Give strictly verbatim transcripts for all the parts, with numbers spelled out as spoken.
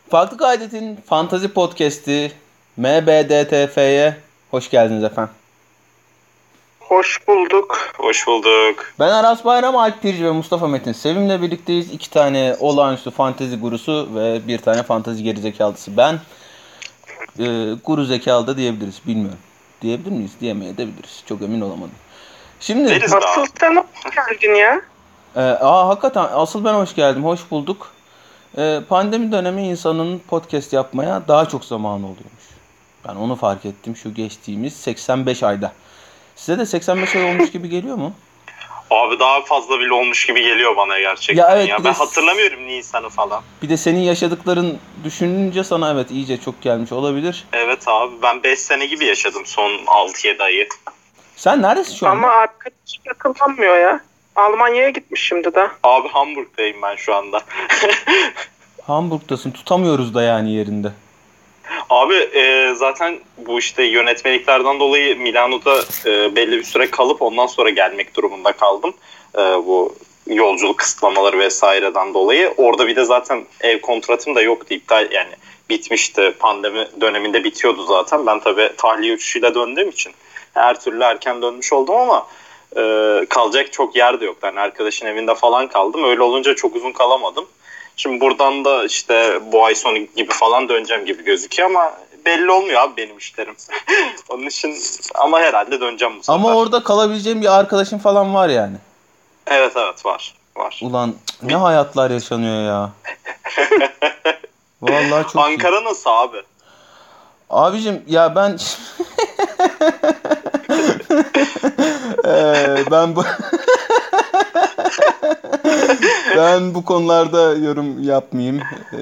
Farklı Kaydet'in Fantazi Podcast'i M B D T F'ye hoş geldiniz efendim. Hoş bulduk. Hoş bulduk. Ben Aras Bayram, Alp Pirci ve Mustafa Metin Sevim'le birlikteyiz. İki tane olağanüstü fantezi gurusu ve bir tane fantezi gerizekalısı. Ben e, guru zekalı da diyebiliriz. Bilmiyorum. Diyebilir miyiz? Diyemeyebiliriz. Çok emin olamadım. Şimdi Deriz Asıl sen hoş geldin ya. e, aa hakikaten asıl ben hoş geldim. Hoş bulduk. E, pandemi dönemi insanın podcast yapmaya daha çok zamanı oluyormuş. Ben onu fark ettim şu geçtiğimiz seksen beş ayda. Size de seksen beş ay olmuş gibi geliyor mu? Abi daha fazla bile olmuş gibi geliyor bana gerçekten Ya evet, ya. bir Ben de- hatırlamıyorum Nisan'ı falan. Bir de senin yaşadıkların düşününce sana evet iyice çok gelmiş olabilir. Evet abi, ben beş sene gibi yaşadım son altı yedi ayı. Sen neredesin şu an? Ama arkadaş yakınlanmıyor ya. Almanya'ya gitmiş şimdi de. Abi Hamburg'dayım ben şu anda. Hamburg'tasın. Tutamıyoruz da yani yerinde. Abi e, zaten bu işte yönetmeliklerden dolayı Milano'da e, belli bir süre kalıp ondan sonra gelmek durumunda kaldım. E, bu yolculuk kısıtlamaları vesaireden dolayı. Orada bir de zaten ev kontratım da yoktu, iptal yani bitmişti. Pandemi döneminde bitiyordu zaten. Ben tabii tahliye uçuşuyla döndüğüm için her türlü erken dönmüş oldum ama e, kalacak çok yer de yoktu. Yani arkadaşın evinde falan kaldım. Öyle olunca çok uzun kalamadım. Şimdi buradan da işte bu ay sonu gibi falan döneceğim gibi gözüküyor ama belli olmuyor abi benim işlerim. Onun için ama herhalde döneceğim bu sefer. Ama orada kalabileceğim bir arkadaşın falan var yani. Evet evet var. Var. Ulan ne hayatlar yaşanıyor ya. Vallahi çok iyi. Ankara nasıl abi? Abicim ya ben Ee, ben bu ben bu konularda yorum yapmayayım. Ee,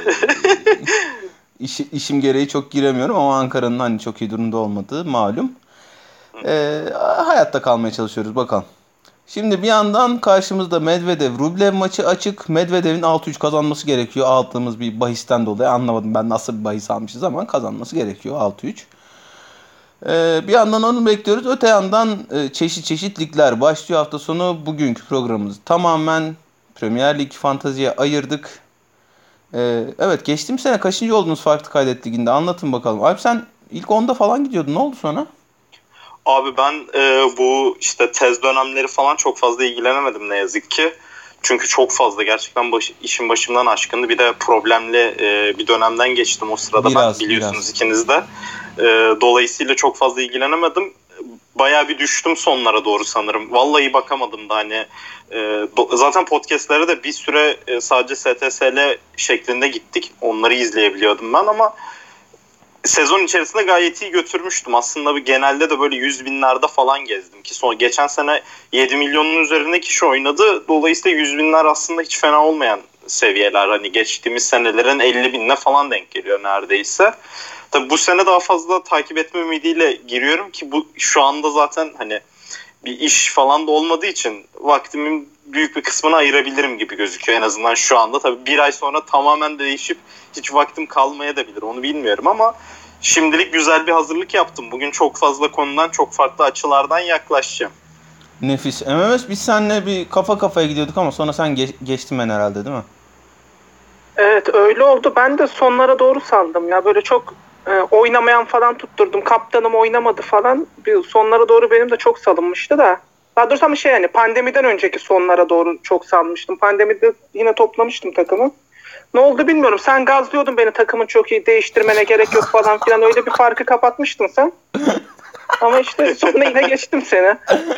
iş, işim gereği çok giremiyorum ama Ankara'nın hani çok iyi durumda olmadığı malum. Ee, hayatta kalmaya çalışıyoruz bakalım. Şimdi bir yandan karşımızda Medvedev Rublev maçı açık. Medvedev'in altı üç kazanması gerekiyor. Aldığımız bir bahisten dolayı. Anlamadım ben nasıl bir bahis almışız ama kazanması gerekiyor altı üç. Ee, bir yandan onu bekliyoruz. Öte yandan e, çeşit çeşit ligler başlıyor hafta sonu. Bugünkü programımızı tamamen Premier Lig fanteziye ayırdık. Ee, evet, geçtiğimiz sene kaçıncı oldunuz Farklı Kaydet Ligi'nde? Anlatın bakalım. Alp sen ilk onda falan gidiyordun. Ne oldu sonra? Abi ben e, bu işte tez dönemleri falan çok fazla ilgilenemedim ne yazık ki. Çünkü çok fazla gerçekten baş, işin başımdan aşkındı. Bir de problemli e, bir dönemden geçtim o sırada. Biraz, ben biliyorsunuz biraz. ikiniz de. E, dolayısıyla çok fazla ilgilenemedim. Bayağı bir düştüm sonlara doğru sanırım. Vallahi bakamadım da hani e, do, zaten podcastlere de bir süre e, sadece S T S L şeklinde gittik. Onları izleyebiliyordum ben ama sezon içerisinde gayet iyi götürmüştüm. Aslında bir genelde de böyle yüz binlerde falan gezdim ki son geçen sene yedi milyonun üzerinde kişi oynadı. Dolayısıyla yüz binler aslında hiç fena olmayan seviyeler. Hani geçtiğimiz senelerin elli binine falan denk geliyor neredeyse. Tabii bu sene daha fazla takip etme ümidiyle giriyorum ki bu şu anda zaten hani bir iş falan da olmadığı için vaktimin büyük bir kısmını ayırabilirim gibi gözüküyor en azından şu anda. Tabii bir ay sonra tamamen değişip hiç vaktim kalmayabilir, onu bilmiyorum ama şimdilik güzel bir hazırlık yaptım. Bugün çok fazla konudan, çok farklı açılardan yaklaşacağım. Nefis. M M S biz seninle bir kafa kafaya gidiyorduk ama sonra sen geç, geçtin ben herhalde değil mi? Evet öyle oldu. Ben de sonlara doğru saldım ya. Böyle çok e, oynamayan falan tutturdum. Kaptanım oynamadı falan. Bir sonlara doğru benim de çok salınmıştı da. Daha doğrusu ama şey yani pandemiden önceki sonlara doğru çok salmıştım. Pandemide yine toplamıştım takımı. Ne oldu bilmiyorum. Sen gazlıyordun beni, takımın çok iyi, değiştirmene gerek yok falan filan. Öyle bir farkı kapatmıştın sen. Ama işte sonra yine geçtim seni.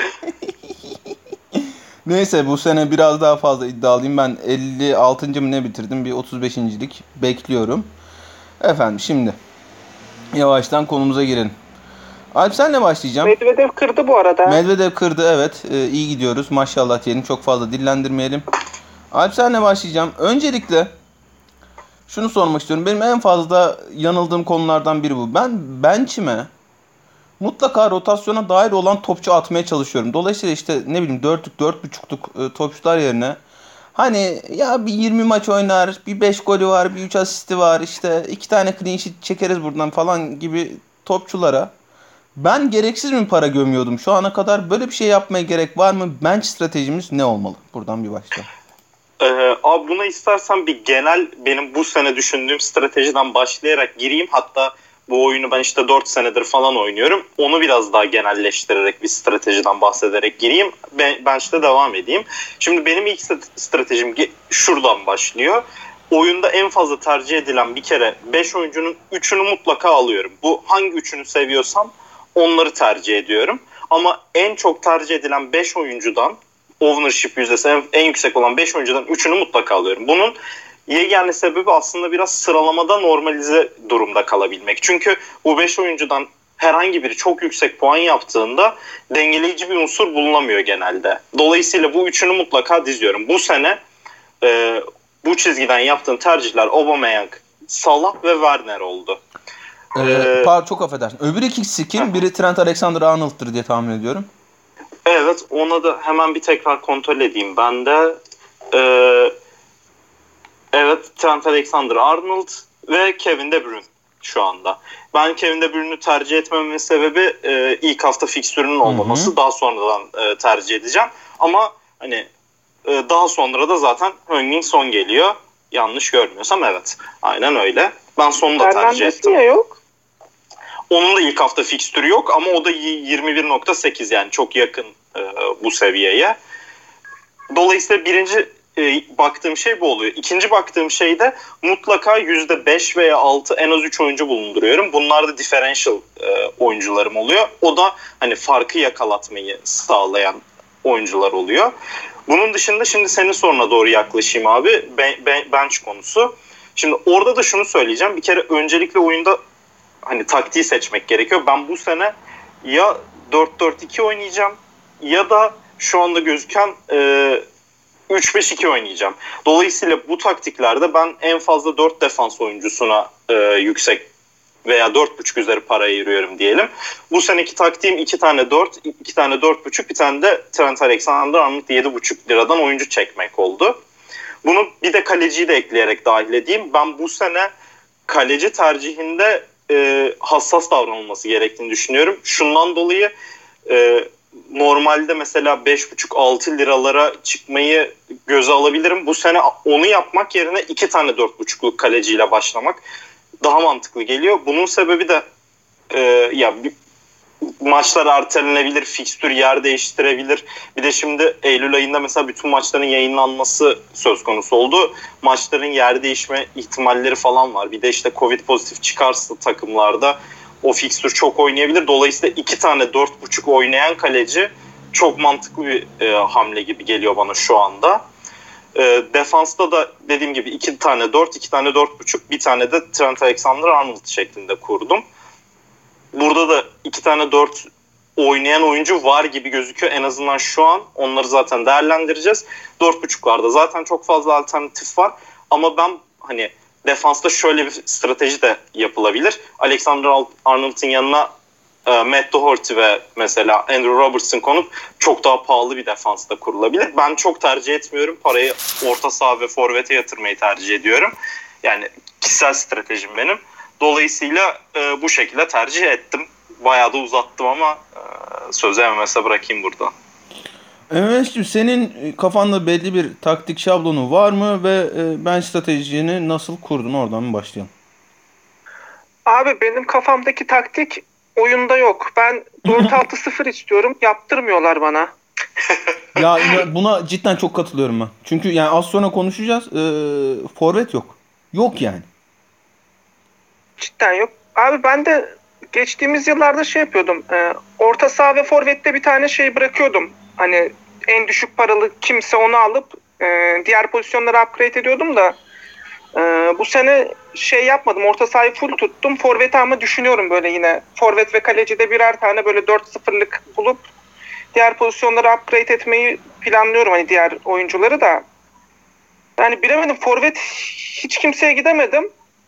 Neyse bu sene biraz daha fazla iddialıyım. Ben elli altıncı mı ne bitirdim? Bir otuz beşincilik bekliyorum. Efendim şimdi yavaştan konumuza girelim. Alp senle başlayacağım. Medvedev kırdı bu arada. Medvedev kırdı, evet. Ee, iyi gidiyoruz. Maşallah diyelim. Çok fazla dillendirmeyelim. Alp senle başlayacağım. Öncelikle şunu sormak istiyorum. Benim en fazla yanıldığım konulardan biri bu. Ben bench'ime mutlaka rotasyona dair olan topçu atmaya çalışıyorum. Dolayısıyla işte ne bileyim dörtlük, dört buçukluk e, topçular yerine hani ya bir yirmi maç oynar, bir beş golü var, bir üç asisti var, işte iki tane clean sheet çekeriz buradan falan gibi topçulara ben gereksiz mi para gömüyordum şu ana kadar? Böyle bir şey yapmaya gerek var mı? Bench stratejimiz ne olmalı? Buradan bir başlayalım. Ee, abi buna istersen bir genel benim bu sene düşündüğüm stratejiden başlayarak gireyim. Hatta bu oyunu ben işte dört senedir falan oynuyorum. Onu biraz daha genelleştirerek bir stratejiden bahsederek gireyim. Ben, ben işte devam edeyim. Şimdi benim ilk stratejim şuradan başlıyor. Oyunda en fazla tercih edilen bir kere beş oyuncunun üçünü mutlaka alıyorum. Bu hangi üçünü seviyorsam onları tercih ediyorum. Ama en çok tercih edilen beş oyuncudan, ownership yüzdesi en, en yüksek olan beş oyuncudan üçünü mutlaka alıyorum. Bunun yegane sebebi aslında biraz sıralamada normalize durumda kalabilmek. Çünkü bu beş oyuncudan herhangi biri çok yüksek puan yaptığında dengeleyici bir unsur bulunamıyor genelde. Dolayısıyla bu üçünü mutlaka diziyorum. Bu sene e, bu çizgiden yaptığım tercihler Aubameyang, Salah ve Werner oldu. Ee, Ee, pardon, çok affedersin. Öbür ikisi kim? Biri Trent Alexander-Arnold'dur diye tahmin ediyorum. Evet, ona da hemen bir tekrar kontrol edeyim ben de. Ee, evet, Trent Alexander-Arnold ve Kevin De Bruyne şu anda. Ben Kevin De Bruyne'ü tercih etmememin sebebi e, ilk hafta fikstürünün olmaması. Hı hı. Daha sonradan e, tercih edeceğim. Ama hani e, daha sonra da zaten Heung-min Son geliyor. Yanlış görmüyorsam evet. Aynen öyle. Ben Son'u da tercih ettim. Niye yok? Onun da ilk hafta fikstürü yok ama o da yirmi bir nokta sekiz, yani çok yakın e, bu seviyeye. Dolayısıyla birinci e, baktığım şey bu oluyor. İkinci baktığım şey de mutlaka yüzde beş veya altı en az üç oyuncu bulunduruyorum. Bunlar da differential e, oyuncularım oluyor. O da hani farkı yakalatmayı sağlayan oyuncular oluyor. Bunun dışında şimdi senin soruna doğru yaklaşayım abi. Ben, ben, bench konusu. Şimdi orada da şunu söyleyeceğim. Bir kere öncelikle oyunda hani taktiği seçmek gerekiyor. Ben bu sene ya dört dört iki oynayacağım ya da şu anda gözüken e, üç beş iki oynayacağım. Dolayısıyla bu taktiklerde ben en fazla dört defans oyuncusuna e, yüksek veya dört buçuk üzeri para ayırıyorum diyelim. Bu seneki taktiğim iki tane dört, iki tane dört buçuk, bir tane de Trent Alexander-Arnold yedi buçuk liradan oyuncu çekmek oldu. Bunu bir de kaleciyi de ekleyerek dahil edeyim. Ben bu sene kaleci tercihinde e, hassas davranılması gerektiğini düşünüyorum. Şundan dolayı e, normalde mesela beş buçuk altı liralara çıkmayı göze alabilirim. Bu sene onu yapmak yerine iki tane dört buçukluk kaleciyle başlamak daha mantıklı geliyor. Bunun sebebi de e, ya maçlar ertelenebilir, fikstür yer değiştirebilir. Bir de şimdi Eylül ayında mesela bütün maçların yayınlanması söz konusu oldu. Maçların yer değişme ihtimalleri falan var. Bir de işte Covid pozitif çıkarsa takımlarda o fikstür çok oynayabilir. Dolayısıyla iki tane dört buçuk oynayan kaleci çok mantıklı bir e, hamle gibi geliyor bana şu anda. E, defansta da dediğim gibi iki tane dört, iki tane dört buçuk, bir tane de Trent Alexander-Arnold şeklinde kurdum. Burada da iki tane dört oynayan oyuncu var gibi gözüküyor en azından şu an. Onları zaten değerlendireceğiz. dört buçuklarda zaten çok fazla alternatif var. Ama ben hani defansta şöyle bir strateji de yapılabilir. Alexander-Arnold'un yanına e, Matt Doherty ve mesela Andrew Robertson konup çok daha pahalı bir defans da kurulabilir. Ben çok tercih etmiyorum. Parayı orta saha ve forvete yatırmayı tercih ediyorum. Yani kişisel stratejim benim. Dolayısıyla e, bu şekilde tercih ettim. Bayağı da uzattım ama e, sözü M M S'e bırakayım burada. Mehmetciğim, senin kafanda belli bir taktik şablonu var mı ve e, ben stratejini nasıl kurdun? Oradan mı başlayalım? Abi benim kafamdaki taktik oyunda yok. Ben dört altı sıfır istiyorum. Yaptırmıyorlar bana. Ya buna cidden çok katılıyorum ben. Çünkü yani az sonra konuşacağız. E, forvet yok. Yok yani. Cidden yok. Abi ben de geçtiğimiz yıllarda şey yapıyordum. E, orta saha ve forvette bir tane şey bırakıyordum. Hani en düşük paralı kimse onu alıp e, diğer pozisyonları upgrade ediyordum da e, bu sene şey yapmadım. Orta sahayı full tuttum. Forveti ama düşünüyorum böyle yine. Forvet ve kalecide birer tane böyle dört sıfırlık bulup diğer pozisyonları upgrade etmeyi planlıyorum. Hani diğer oyuncuları da. Yani bilemedim. Forvet hiç kimseye gidemedim.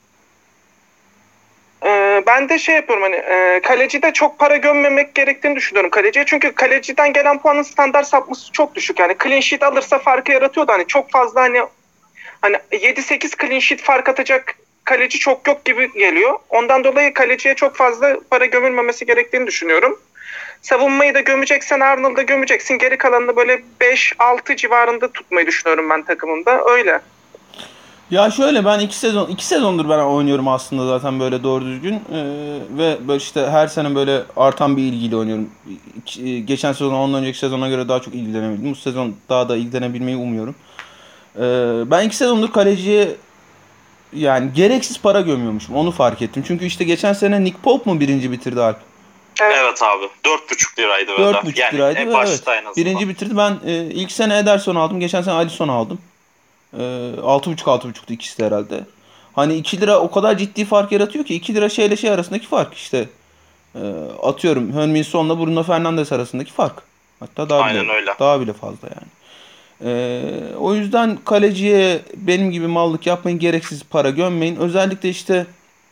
Ee, ben de şey yapıyorum hani e, kalecide çok para gömmemek gerektiğini düşünüyorum kaleciye. Çünkü kaleciden gelen puanın standart sapması çok düşük. Yani clean sheet alırsa farkı yaratıyordu. Hani çok fazla hani hani yedi sekiz clean sheet fark atacak kaleci çok yok gibi geliyor. Ondan dolayı kaleciye çok fazla para gömülmemesi gerektiğini düşünüyorum. savunmayı da gömeceksen Arnold'da gömeceksin. Geri kalanını böyle beş altı civarında tutmayı düşünüyorum ben takımımda. Öyle. Ya şöyle, ben iki sezon iki sezondur ben oynuyorum aslında zaten böyle doğru düzgün ee, ve böyle işte her sene böyle artan bir ilgiyle oynuyorum. İki- geçen sezon ondan önceki sezona göre daha çok ilgilenebildim. Bu sezon daha da ilgilenebilmeyi umuyorum. Ee, ben iki sezondur kaleciye yani gereksiz para gömüyormuşum. Onu fark ettim. Çünkü işte geçen sene Nick Pope mu birinci bitirdi Alp? Evet, evet abi. dört buçuk liraydı dört Veda. buçuk Yani liraydı. en ve başta evet, en azından. birinci bitirdi. Ben e, ilk sene Ederson aldım. Geçen sene Alisson aldım. E, altı buçuk altı buçuktu ikisi de herhalde. Hani iki lira o kadar ciddi fark yaratıyor ki iki lira şeyle şey arasındaki fark işte. E, atıyorum Heung-min Son'la Bruno Fernandes arasındaki fark. Hatta daha Aynen bile öyle. daha bile fazla yani. E, o yüzden kaleciye benim gibi mallık yapmayın, gereksiz para gömmeyin. Özellikle işte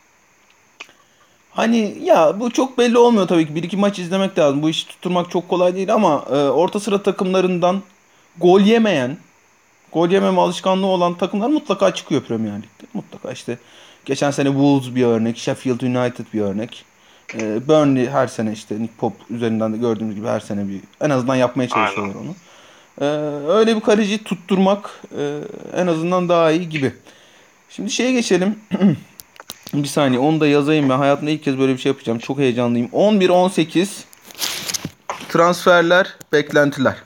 hani ya bu çok belli olmuyor tabii ki. Bir iki maç izlemek lazım. Bu işi tutturmak çok kolay değil ama e, orta sıra takımlarından gol yemeyen, gol yememe alışkanlığı olan takımlar mutlaka çıkıyor Premier Lig'de. Mutlaka işte geçen sene Wolves bir örnek, Sheffield United bir örnek. E, Burnley her sene işte Nick Pope üzerinden de gördüğümüz gibi her sene bir en azından yapmaya Aynen. çalışıyorlar onu. E, öyle bir kaleci tutturmak e, en azından daha iyi gibi. Şimdi şeye geçelim. Bir saniye onu da yazayım ben. Hayatımda ilk kez böyle bir şey yapacağım. Çok heyecanlıyım. on bir on sekiz transferler, beklentiler.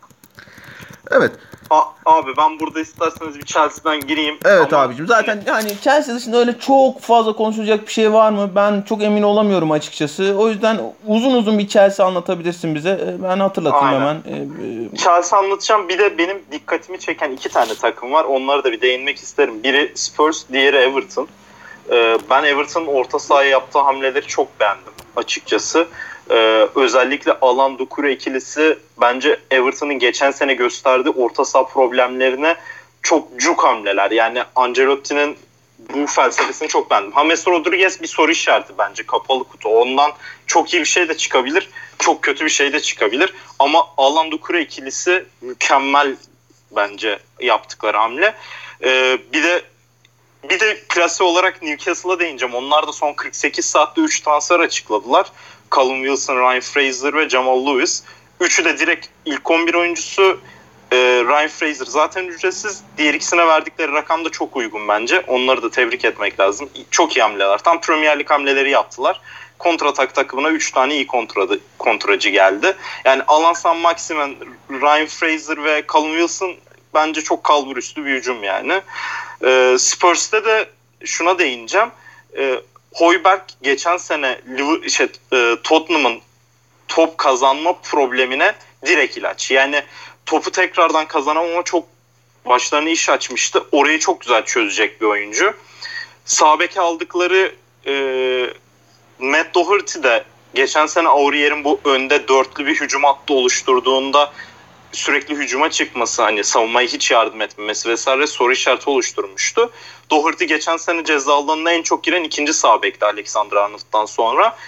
Evet. A- abi ben burada isterseniz bir Chelsea'den gireyim. Evet Ama abicim. Zaten yani Chelsea dışında öyle çok fazla konuşulacak bir şey var mı? Ben çok emin olamıyorum açıkçası. O yüzden uzun uzun bir Chelsea anlatabilirsin bize. Ben hatırlatayım Aynen. hemen. Ee, Chelsea anlatacağım. Bir de benim dikkatimi çeken iki tane takım var. Onlara da bir değinmek isterim. Biri Spurs, diğeri Everton. Ee, ben Everton'ın orta sahaya yaptığı hamleleri çok beğendim açıkçası. Ee, özellikle Alan Doucouré ikilisi bence Everton'ın geçen sene gösterdiği orta saha problemlerine çok cuk hamleler. Yani Ancelotti'nin bu felsefesini çok beğendim. James Rodriguez bir soru işareti bence, kapalı kutu. Ondan çok iyi bir şey de çıkabilir, çok kötü bir şey de çıkabilir. Ama Alan Doucouré ikilisi mükemmel bence yaptıkları hamle. Ee, bir de Bir de klase olarak Newcastle'a değineceğim. Onlar da son kırk sekiz saatte üç transfer açıkladılar. Callum Wilson, Ryan Fraser ve Jamal Lewis. Üçü de direkt ilk on bir oyuncusu. Ee, Ryan Fraser zaten ücretsiz. Diğer ikisine verdikleri rakam da çok uygun bence. Onları da tebrik etmek lazım. Çok iyi hamleler. Tam Premier Lig hamleleri yaptılar. Kontratak takımına üç tane iyi kontradı, kontracı geldi. Yani Alan Saint-Maximin, Ryan Fraser ve Callum Wilson bence çok kalburüstü bir hücum yani. Ee, Spurs'te de şuna değineceğim. Ee, Højbjerg geçen sene şey, e, Tottenham'ın top kazanma problemine direkt ilaç. Yani topu tekrardan kazanamama çok başlarına iş açmıştı. Orayı çok güzel çözecek bir oyuncu. Sağ beke aldıkları e, Matt Doherty de geçen sene Aurier'in bu önde dörtlü bir hücum hattı oluşturduğunda sürekli hücuma çıkması, hani savunmaya hiç yardım etmemesi vesaire soru işareti oluşturmuştu. Doherty geçen sene ceza alanına en çok giren ikinci sağ bekti Alexander Arnold'dan sonra.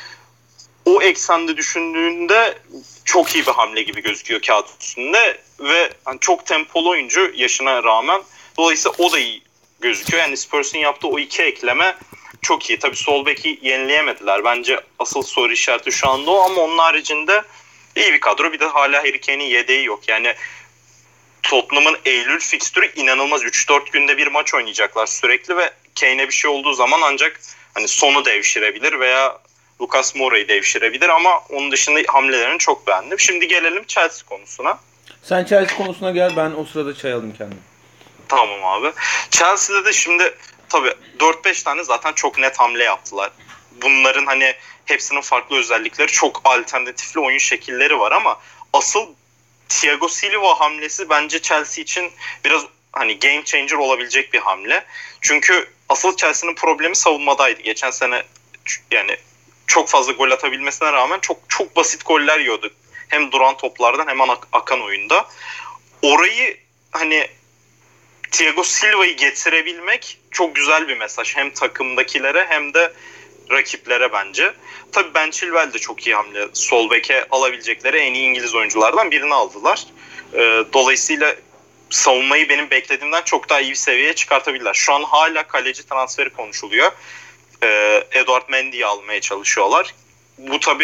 O eksende düşündüğünde çok iyi bir hamle gibi gözüküyor kağıt üstünde ve hani çok tempolu oyuncu yaşına rağmen. Dolayısıyla o da iyi gözüküyor. Yani Spurs'un yaptığı o iki ekleme çok iyi. Tabii sol beki yenileyemediler. Bence asıl soru işareti şu anda o, ama onun haricinde İyi bir kadro. Bir de hala Harry Kane'in yedeği yok. Yani Tottenham'ın Eylül fikstürü inanılmaz. üç dört günde bir maç oynayacaklar sürekli ve Kane'e bir şey olduğu zaman ancak hani sonu devşirebilir veya Lucas Moura'yı devşirebilir, ama onun dışında hamlelerini çok beğendim. Şimdi gelelim Chelsea konusuna. sen Chelsea konusuna gel, ben o sırada çay alayım kendime. Tamam abi. Chelsea'de de şimdi tabii dört beş tane zaten çok net hamle yaptılar. Bunların hani hepsinin farklı özellikleri, çok alternatifli oyun şekilleri var, ama asıl Thiago Silva hamlesi bence Chelsea için biraz hani game changer olabilecek bir hamle. Çünkü asıl Chelsea'nin problemi savunmadaydı. Geçen sene yani çok fazla gol atabilmesine rağmen çok çok basit goller yiyordu. Hem duran toplardan hem akan oyunda. Orayı hani Thiago Silva'yı getirebilmek çok güzel bir mesaj. Hem takımdakilere hem de rakiplere bence. Tabii Ben Chilwell de çok iyi hamle. Sol beke alabilecekleri en iyi İngiliz oyunculardan birini aldılar. Ee, dolayısıyla savunmayı benim beklediğimden çok daha iyi bir seviyeye çıkartabilirler. Şu an hala kaleci transferi konuşuluyor. Ee, Edouard Mendy'yi almaya çalışıyorlar. Bu tabii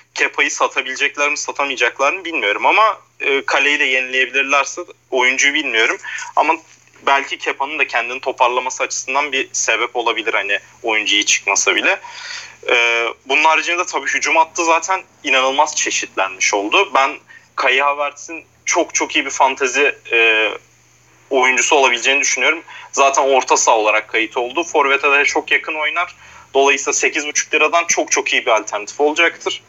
Kepa'yı satabilecekler mi satamayacaklar mı bilmiyorum ama e, kaleyi de yenileyebilirlerse oyuncuyu bilmiyorum. Ama belki Kepa'nın da kendini toparlaması açısından bir sebep olabilir hani oyuncu iyi çıkmasa bile. E, bunun haricinde tabii hücum hattı zaten inanılmaz çeşitlenmiş oldu. Ben Kai Havertz'in çok çok iyi bir fantezi e, oyuncusu olabileceğini düşünüyorum. Zaten orta saha olarak kayıt oldu. Forvet'e de çok yakın oynar. Dolayısıyla sekiz buçuk liradan çok çok iyi bir alternatif olacaktır.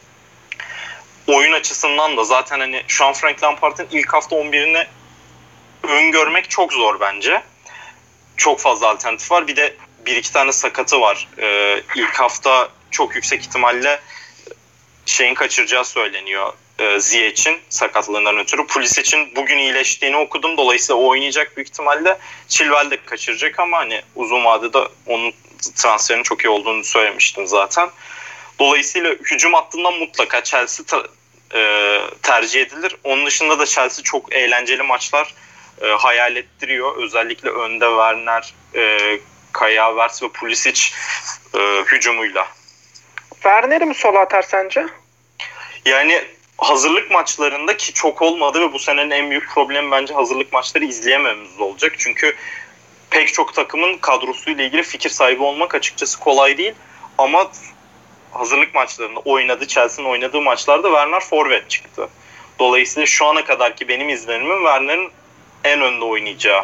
Oyun açısından da zaten hani şu an Frank Lampard'ın ilk hafta on birini öngörmek çok zor bence. Çok fazla alternatif var. Bir de bir iki tane sakatı var. Ee, ilk hafta çok yüksek ihtimalle şeyin kaçıracağı söyleniyor. Ee, Ziyech'in sakatlığından ötürü. Pulisic'in bugün iyileştiğini okudum. Dolayısıyla o oynayacak büyük ihtimalle. Chilwell de kaçıracak ama hani uzun vadede onun transferinin çok iyi olduğunu söylemiştim zaten. Dolayısıyla hücum hattından mutlaka Chelsea ta- e, tercih edilir. Onun dışında da Chelsea çok eğlenceli maçlar e, hayal ettiriyor. Özellikle önde Werner, e, Kai Havertz ve Pulisic e, hücumuyla. Werner'i mi sola atar sence? Yani hazırlık maçlarında ki çok olmadı ve bu senenin en büyük problemi bence hazırlık maçları izleyemememiz olacak. Çünkü pek çok takımın kadrosuyla ilgili fikir sahibi olmak açıkçası kolay değil. Ama hazırlık maçlarında oynadı, Chelsea'nin oynadığı maçlarda Werner forvet çıktı. Dolayısıyla şu ana kadarki benim izlenimim Werner'in en önde oynayacağı.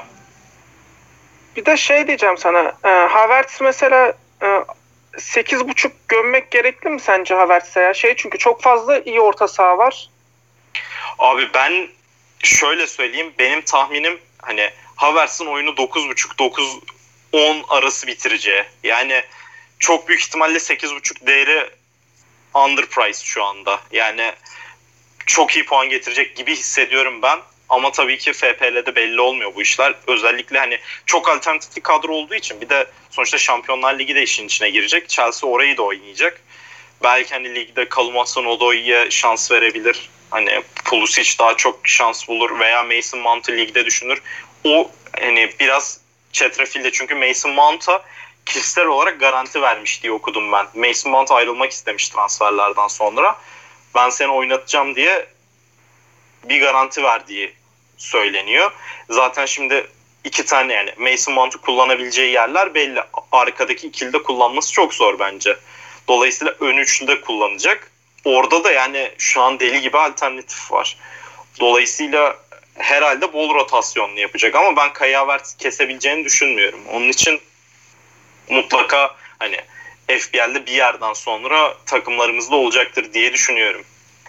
Bir de şey diyeceğim sana. E, Havertz mesela e, sekiz buçuk gömmek gerekli mi sence Havertz'e ya? Şey çünkü çok fazla iyi orta saha var. Abi ben şöyle söyleyeyim. Benim tahminim hani Havertz'in oyunu dokuz buçuk dokuz on arası bitireceği. Yani çok büyük ihtimalle sekiz buçuk değeri underpriced şu anda. Yani çok iyi puan getirecek gibi hissediyorum ben. Ama tabii ki F P L'de belli olmuyor bu işler. Özellikle hani çok alternatifli kadro olduğu için bir de sonuçta Şampiyonlar Ligi de işin içine girecek. Chelsea orayı da oynayacak. Belki hani ligde Kalumahsan-Odoi şans verebilir. Hani Pulisic daha çok şans bulur veya Mason Mount'u ligde düşünür. O hani biraz çetrefilde çünkü Mason Mount'a kişisel olarak garanti vermiş diye okudum ben. Mason Mount ayrılmak istemiş transferlerden sonra. Ben seni oynatacağım diye bir garanti verdiği söyleniyor. Zaten şimdi iki tane yani Mason Mount'u kullanabileceği yerler belli. Arkadaki ikili de kullanması çok zor bence. Dolayısıyla ön üçlü de kullanacak. Orada da yani şu an deli gibi alternatif var. Dolayısıyla herhalde bol rotasyonlu yapacak ama ben Kai Havertz'i kesebileceğini düşünmüyorum. Onun için mutlaka hani F B L'de bir yerden sonra takımlarımızda olacaktır diye düşünüyorum.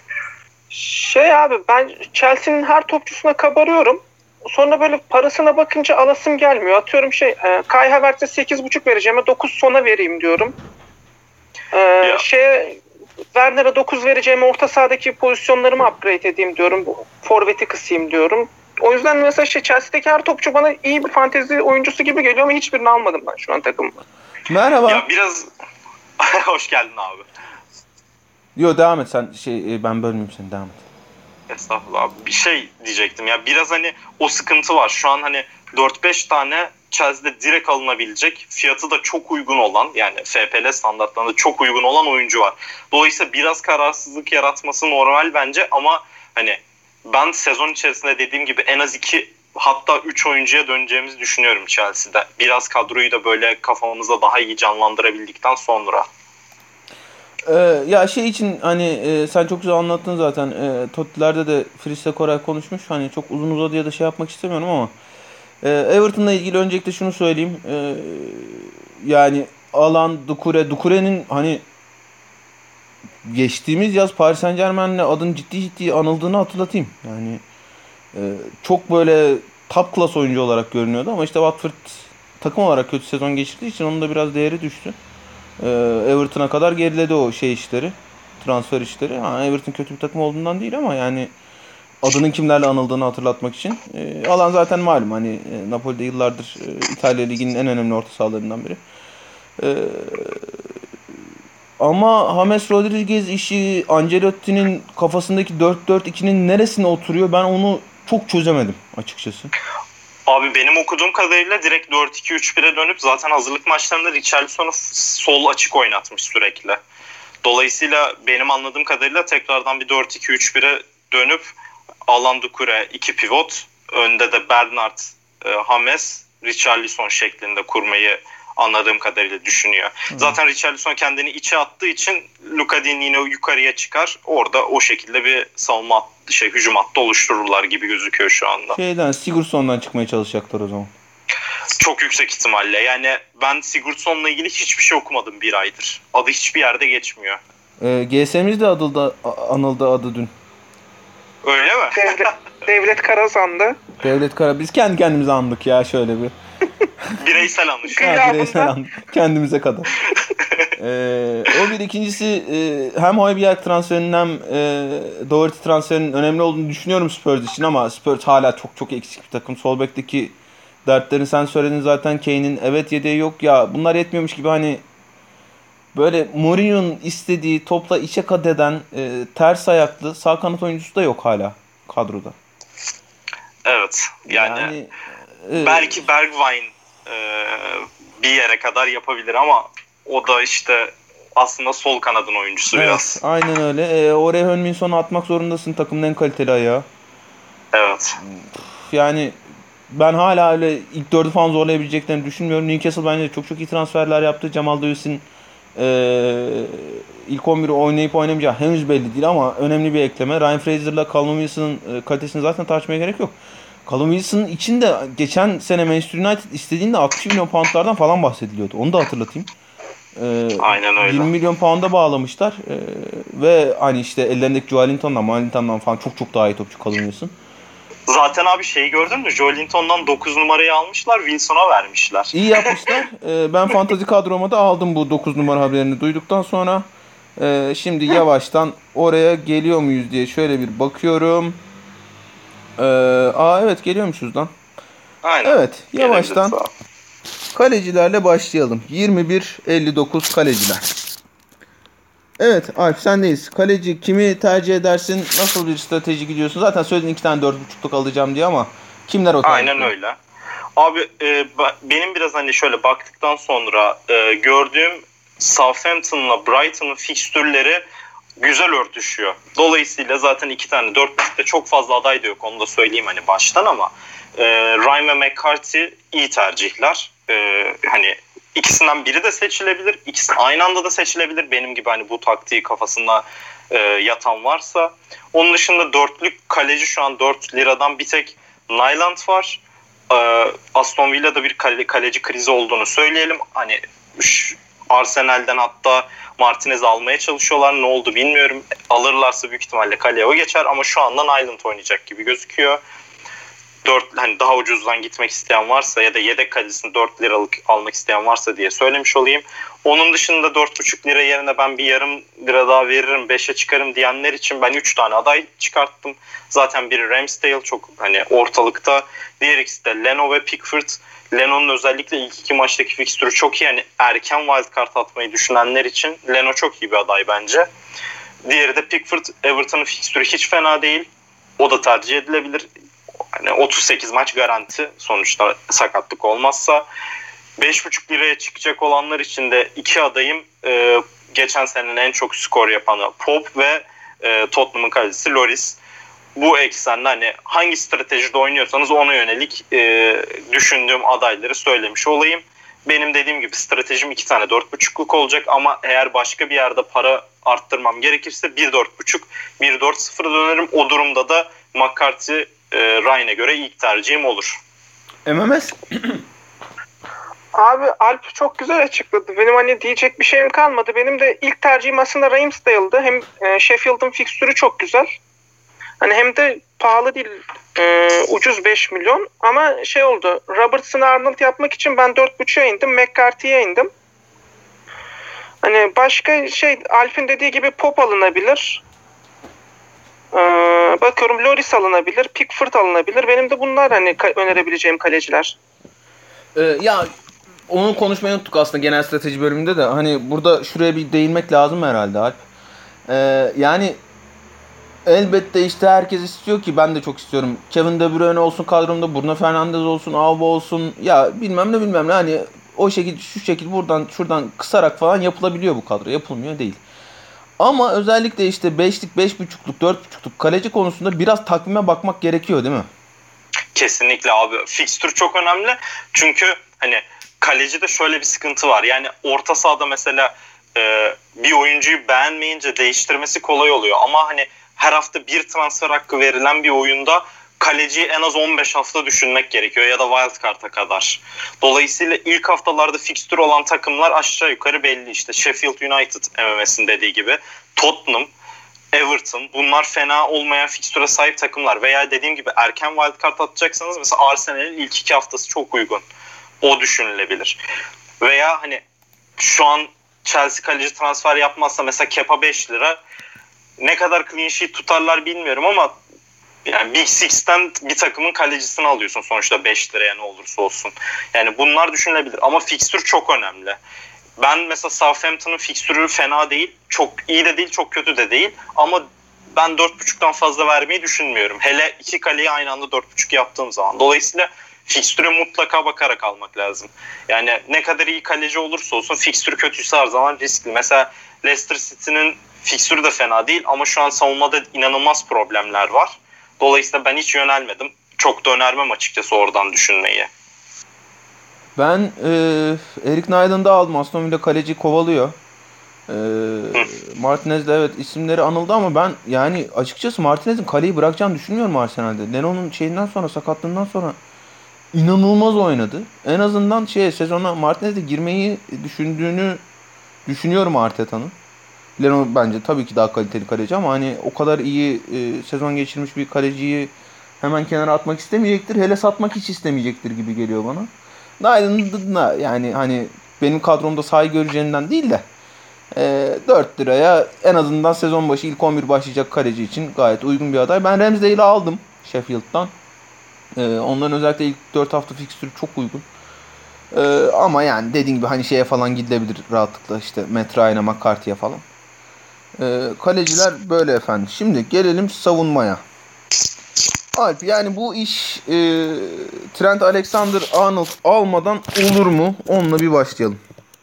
Şey abi ben Chelsea'nin her topçusuna kabarıyorum. Sonra böyle parasına bakınca alasım gelmiyor. Atıyorum şey e, Kai Havertz'e sekiz buçuk vereceğime dokuz sona vereyim diyorum. E, şey Werner'e dokuz vereceğime orta sahadaki pozisyonlarımı upgrade edeyim diyorum. Forvet'i kısayım diyorum. O yüzden mesela şey Chelsea'deki her topçu bana iyi bir fantezi oyuncusu gibi geliyor ama hiçbirini almadım ben şu an takımda. Merhaba. Ya biraz hoş geldin abi. Yo devam et sen şey ben bölmeyeyim seni devam et. Estağfurullah abi. Bir şey diyecektim ya biraz hani o sıkıntı var. Şu an hani dört beş tane Chelsea'de direkt alınabilecek fiyatı da çok uygun olan yani F P L standartlarında çok uygun olan oyuncu var. Dolayısıyla biraz kararsızlık yaratması normal bence ama hani ben sezon içerisinde dediğim gibi en az iki hatta üç oyuncuya döneceğimizi düşünüyorum Chelsea'de. Biraz kadroyu da böyle kafamızda daha iyi canlandırabildikten sonra. Ee, ya şey için hani e, sen çok güzel anlattın zaten. E, Totti'lerde de Fris'le Koray konuşmuş. Hani çok uzun uzadıya da şey yapmak istemiyorum ama e, Everton'la ilgili öncelikle şunu söyleyeyim. E, yani Alan Doucouré, Doucouré'nin hani geçtiğimiz yaz Paris Saint-Germain'le adın ciddi ciddi anıldığını hatırlatayım. Yani e, çok böyle top class oyuncu olarak görünüyordu ama işte Watford takım olarak kötü sezon geçirdiği için onun da biraz değeri düştü. Everton'a kadar geriledi o şey işleri. Transfer işleri. Ha, Everton kötü bir takım olduğundan değil ama yani adının kimlerle anıldığını hatırlatmak için. E, alan zaten malum hani e, Napoli'de yıllardır e, İtalya Ligi'nin en önemli orta sahalarından biri. E, ama James Rodriguez işi Ancelotti'nin kafasındaki dört dört ikinin neresine oturuyor ben onu çok çözemedim açıkçası. Abi benim okuduğum kadarıyla direkt dört iki üç bire dönüp zaten hazırlık maçlarında Richarlison'u sol açık oynatmış sürekli. Dolayısıyla benim anladığım kadarıyla tekrardan bir dört iki üç bire dönüp Alan Doucouré iki pivot, önde de Bernard, e, James, Richarlison şeklinde kurmayı anladığım kadarıyla düşünüyor. Hı. Zaten Richarlison kendini içe attığı için Luka Digne yine yukarıya çıkar. Orada o şekilde bir savunma hattı, şey hücum hattı oluştururlar gibi gözüküyor şu anda. Şeyden Sigurdsson'dan çıkmaya çalışacaklar o zaman. Çok yüksek ihtimalle. Yani ben Sigurdsson'la ilgili hiçbir şey okumadım bir aydır. Adı hiçbir yerde geçmiyor. Ee, G S'miz de adıldı, anıldı adı dün. Öyle mi? Devlet, Devlet Karazan'dı. Devlet Kara. Biz kendi kendimize andık ya şöyle bir. Bireysel andık. Ha, bireysel andık. Kendimize kadar. ee, o bir ikincisi e, hem Højbjerg transferinin hem e, Doherty transferinin önemli olduğunu düşünüyorum Spurs için ama Spurs hala çok çok eksik bir takım. Sol bekteki dertlerini sen söyledin zaten. Kane'in evet yedeği yok ya, bunlar yetmiyormuş gibi hani böyle Mourinho'nun istediği topla içe kat eden e, ters ayaklı sağ kanat oyuncusu da yok hala kadroda. Evet. Yani, yani e, belki Bergwijn e, bir yere kadar yapabilir ama o da işte aslında sol kanadın oyuncusu evet, biraz. Aynen öyle. E, oraya Hönminson'u atmak zorundasın, takımın en kaliteli ayağı. Evet. Yani ben hala öyle ilk dördü falan zorlayabileceklerini düşünmüyorum. Newcastle bence çok çok iyi transferler yaptı. Jamal Lewis'in e, ilk on biri oynayıp oynamayacağı henüz belli değil ama önemli bir ekleme. Ryan Fraser'la Callum Wilson'ın e, kalitesini zaten tartışmaya gerek yok. Callum Wilson'ın içinde geçen sene Manchester United istediğinde altmış milyon poundlardan falan bahsediliyordu. Onu da hatırlatayım. Ee, Aynen öyle. yirmi milyon pound'a bağlamışlar. Ee, ve hani işte ellerindeki Joelinton'dan, Malinton'dan falan çok çok daha iyi topçu Callum Wilson. Zaten abi şeyi gördün mü? Joelinton'dan dokuz numarayı almışlar, Wilson'a vermişler. İyi yapmışlar. Ee, ben fantazi kadroma da aldım bu dokuz numara haberini duyduktan sonra. Ee, şimdi yavaştan oraya geliyor muyuz diye şöyle bir bakıyorum. Ee, aa evet geliyormuşuz lan. Aynen. Evet yavaştan kalecilerle başlayalım. yirmi bir elli dokuz kaleciler. Evet Alp sendeyiz. Kaleci kimi tercih edersin? Nasıl bir strateji gidiyorsun? Zaten söyledin iki tane dört buçukluk alacağım diye ama kimler o tane? Aynen öyle. Abi e, benim biraz hani şöyle baktıktan sonra e, gördüğüm Southampton'la Brighton'ın fikstürleri güzel örtüşüyor. Dolayısıyla zaten iki tane dört buçukta çok fazla aday da yok. Onu da söyleyeyim hani baştan ama e, Ryan ve McCarthy iyi tercihler. E, hani ikisinden biri de seçilebilir. İkisi aynı anda da seçilebilir. Benim gibi hani bu taktiği kafasında e, yatan varsa. Onun dışında dörtlük kaleci şu an dört liradan bir tek Nyland var. E, Aston Villa'da bir kale, kaleci krizi olduğunu söyleyelim. Hani şu, Arsenal'den hatta Martinez'i almaya çalışıyorlar. Ne oldu bilmiyorum. Alırlarsa büyük ihtimalle kaleye o geçer ama şu anda Nyland oynayacak gibi gözüküyor. dört hani daha ucuzdan gitmek isteyen varsa ya da yedek kalecisini dört liralık almak isteyen varsa diye söylemiş olayım. Onun dışında dört buçuk lira yerine ben bir yarım lira daha veririm, beşe çıkarım diyenler için ben üç tane aday çıkarttım. Zaten biri Ramsdale çok hani ortalıkta. Diğer ikisi de Leno ve Pickford. Leno'nun özellikle ilk iki maçtaki fikstürü çok iyi. Yani erken wildcard atmayı düşünenler için Leno çok iyi bir aday bence. Diğeri de Pickford. Everton'ın fikstürü hiç fena değil. O da tercih edilebilir. Yani otuz sekiz maç garanti sonuçta sakatlık olmazsa. beş buçuk liraya çıkacak olanlar için de iki adayım e, geçen senenin en çok skor yapanı Pope ve e, Tottenham'ın kalecisi Lloris. Bu eksende hani hangi stratejide oynuyorsanız ona yönelik e, düşündüğüm adayları söylemiş olayım. Benim dediğim gibi stratejim iki tane dört buçukluk olacak ama eğer başka bir yerde para arttırmam gerekirse bir dört buçuk, bir dört sıfıra dönerim. O durumda da McCarthy e, Ryan'e göre ilk tercihim olur. M M S? Abi Alp çok güzel açıkladı. Benim hani diyecek bir şeyim kalmadı. Benim de ilk tercihim aslında Ramsdale'dı. Hem e, Sheffield'ın fikstürü çok güzel. Hani hem de pahalı değil. E, ucuz beş milyon. Ama şey oldu. Robertson Arnold yapmak için ben dört buçuğa indim. McCarthy'ye indim. Hani başka şey Alp'in dediği gibi Pop alınabilir. Ee, bakıyorum Lloris alınabilir. Pickford alınabilir. Benim de bunlar hani ka- önerebileceğim kaleciler. Ee, ya onu konuşmayı unuttuk aslında genel strateji bölümünde de. Hani burada şuraya bir değinmek lazım herhalde Alp. Ee, yani elbette işte herkes istiyor ki, ben de çok istiyorum. Kevin De Bruyne olsun kadromda, Bruno Fernandes olsun, Alba olsun. Ya bilmem ne bilmem ne hani o şekilde şu şekilde buradan şuradan kısarak falan yapılabiliyor bu kadro. Yapılmıyor değil. Ama özellikle işte beşlik, beş buçukluk, dört buçukluk kaleci konusunda biraz takvime bakmak gerekiyor değil mi? Kesinlikle abi. Fikstür çok önemli. Çünkü hani kalecide şöyle bir sıkıntı var. Yani orta sahada mesela e, bir oyuncuyu beğenmeyince değiştirmesi kolay oluyor. Ama hani her hafta bir transfer hakkı verilen bir oyunda kaleciyi en az on beş hafta düşünmek gerekiyor ya da wildcard'a kadar. Dolayısıyla ilk haftalarda fikstür olan takımlar aşağı yukarı belli. İşte Sheffield United M M S'in dediği gibi, Tottenham, Everton, bunlar fena olmayan fikstüre sahip takımlar. Veya dediğim gibi erken wildcard atacaksanız mesela Arsenal'in ilk iki haftası çok uygun. O düşünülebilir. Veya hani şu an Chelsea kaleci transfer yapmazsa mesela Kepa beş lira, ne kadar clean sheet tutarlar bilmiyorum ama yani Big Six'ten bir takımın kalecisini alıyorsun sonuçta beş liraya ne olursa olsun. Yani bunlar düşünülebilir ama fikstür çok önemli. Ben mesela Southampton'ın fikstürü fena değil. Çok iyi de değil, çok kötü de değil. Ama ben dört buçuktan fazla vermeyi düşünmüyorum. Hele iki kaleyi aynı anda dört buçuk yaptığım zaman. Dolayısıyla fikstüre mutlaka bakarak almak lazım. Yani ne kadar iyi kaleci olursa olsun fikstür kötüyse her zaman riskli. Mesela Leicester City'nin fikstürü de fena değil ama şu an savunmada inanılmaz problemler var. Dolayısıyla ben hiç yönelmedim. Çok da önermem açıkçası oradan düşünmeyi. Ben e, Eric Nyland'ı aldım. Aston Villa kaleci kovalıyor. E, Martinez'le evet isimleri anıldı ama ben yani açıkçası Martinez'in kaleyi bırakacağını düşünmüyorum Arsenal'de. Leno'nun şeyinden sonra, sakatlığından sonra inanılmaz oynadı. En azından şey sezona Martinez'de girmeyi düşündüğünü düşünüyorum Arteta'nın. Leno bence tabii ki daha kaliteli kaleci ama hani o kadar iyi e, sezon geçirmiş bir kaleciyi hemen kenara atmak istemeyecektir. Hele satmak hiç istemeyecektir gibi geliyor bana. Nyland'ın yani hani benim kadromda sahi göreceğinden değil de e, dört liraya en azından sezon başı ilk on bir başlayacak kaleci için gayet uygun bir aday. Ben Ramsdale'i aldım Sheffield'dan. E, onların özellikle ilk dört hafta fikstürü çok uygun. E, ama yani dediğim gibi hani şeye falan gidilebilir rahatlıkla işte Metra'yla McCarthy'ye falan. E, kaleciler böyle efendim. Şimdi gelelim savunmaya. Alp yani bu iş e, Trent Alexander-Arnold almadan olur mu? Onunla bir başlayalım.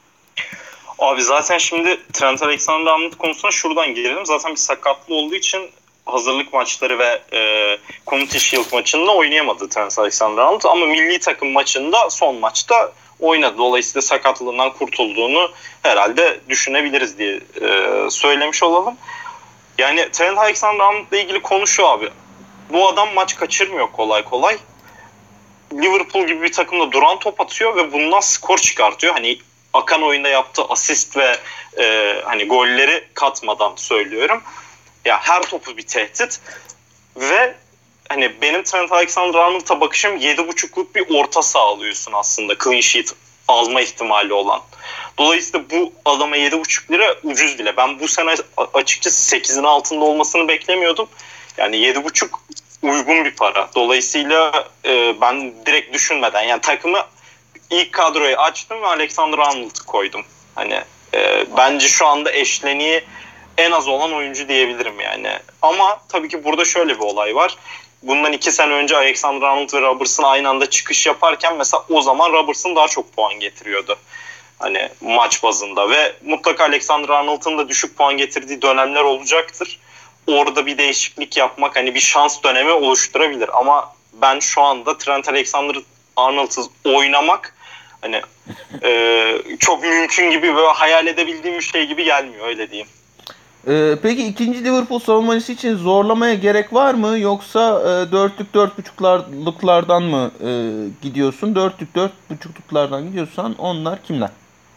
Abi zaten şimdi Trent Alexander-Arnold konusuna şuradan girelim. Zaten bir sakatlı olduğu için hazırlık maçları ve e, Community Shield maçında oynayamadı Trent Alexander-Arnold. Ama milli takım maçında son maçta oynadı. Dolayısıyla sakatlığından kurtulduğunu herhalde düşünebiliriz diye e, söylemiş olalım. Yani Trent Alexander-Arnold'la ilgili konu şu abi. Bu adam maç kaçırmıyor kolay kolay. Liverpool gibi bir takımda duran top atıyor ve bundan skor çıkartıyor. Hani akan oyunda yaptığı asist ve e, hani golleri katmadan söylüyorum. Ya her topu bir tehdit ve hani benim Trent Alexander-Arnold'a bakışım yedi buçukluk bir orta saha alıyorsun aslında clean sheet alma ihtimali olan. Dolayısıyla bu adama yedi buçuk lira ucuz bile. Ben bu sene açıkçası sekizin altında olmasını beklemiyordum. Yani yedi buçuk uygun bir para. Dolayısıyla e, ben direkt düşünmeden yani takımı ilk kadroyu açtım ve Alexander-Arnold'u koydum. Hani e, bence şu anda eşleniği en az olan oyuncu diyebilirim yani. Ama tabii ki burada şöyle bir olay var. Bundan iki sene önce Alexander-Arnold ve Robertson aynı anda çıkış yaparken mesela o zaman Robertson daha çok puan getiriyordu. Hani maç bazında ve mutlaka Alexander-Arnold'un da düşük puan getirdiği dönemler olacaktır. Orada bir değişiklik yapmak hani bir şans dönemi oluşturabilir. Ama ben şu anda Trent Alexander-Arnold'u oynamak hani e, çok mümkün gibi ve hayal edebildiğim bir şey gibi gelmiyor öyle diyeyim. Ee, peki ikinci Liverpool savunması için zorlamaya gerek var mı? Yoksa e, dörtlük dört buçuklardan mı e, gidiyorsun? Dörtlük dört buçukluklardan gidiyorsan onlar kimler?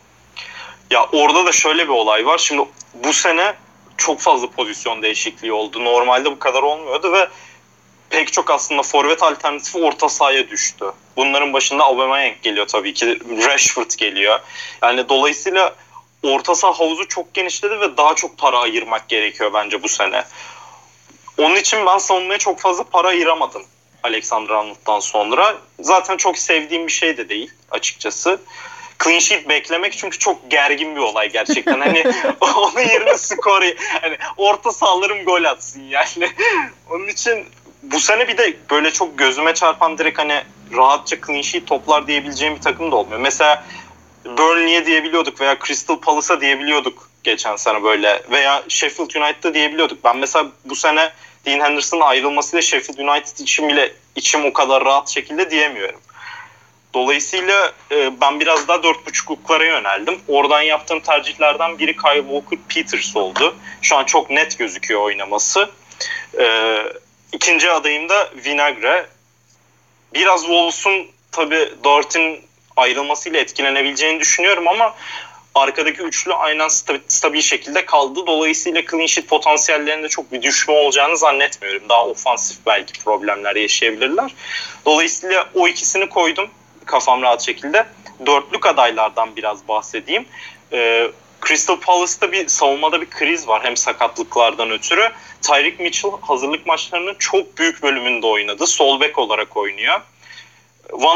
Ya orada da şöyle bir olay var. Şimdi bu sene çok fazla pozisyon değişikliği oldu. Normalde bu kadar olmuyordu ve pek çok aslında forvet alternatifi orta sahaya düştü. Bunların başında Aubameyang geliyor tabii ki. Rashford geliyor. Yani dolayısıyla orta saha havuzu çok genişledi ve daha çok para ayırmak gerekiyor bence bu sene. Onun için ben savunmaya çok fazla para ayıramadım Alexander-Arnold'dan sonra. Zaten çok sevdiğim bir şey de değil açıkçası. Clean sheet beklemek çünkü çok gergin bir olay gerçekten. Hani onun yerine skor hani orta sahalarım gol atsın yani. Onun için bu sene bir de böyle çok gözüme çarpan direkt hani rahatça clean sheet toplar diyebileceğim bir takım da olmuyor. Mesela Burnley'e diyebiliyorduk veya Crystal Palace'a diyebiliyorduk geçen sene böyle veya Sheffield United'a diyebiliyorduk. Ben mesela bu sene Dean Henderson'ın ayrılmasıyla Sheffield United için bile içim o kadar rahat şekilde diyemiyorum. Dolayısıyla e, ben biraz daha dört buçukluklara yöneldim. Oradan yaptığım tercihlerden biri Kyle Walker-Peters oldu. Şu an çok net gözüküyor oynaması. E, ikinci adayım da Vinagre. Biraz Wolves'un tabii Doherty'nin ayrılmasıyla etkilenebileceğini düşünüyorum ama arkadaki üçlü aynen stabil şekilde kaldı. Dolayısıyla clean sheet potansiyellerinde çok bir düşme olacağını zannetmiyorum. Daha ofansif belki problemler yaşayabilirler. Dolayısıyla o ikisini koydum kafam rahat şekilde. Dörtlük adaylardan biraz bahsedeyim. Ee, Crystal Palace'ta bir savunmada bir kriz var hem sakatlıklardan ötürü. Tyreek Mitchell hazırlık maçlarının çok büyük bölümünde oynadı. Sol bek olarak oynuyor. Van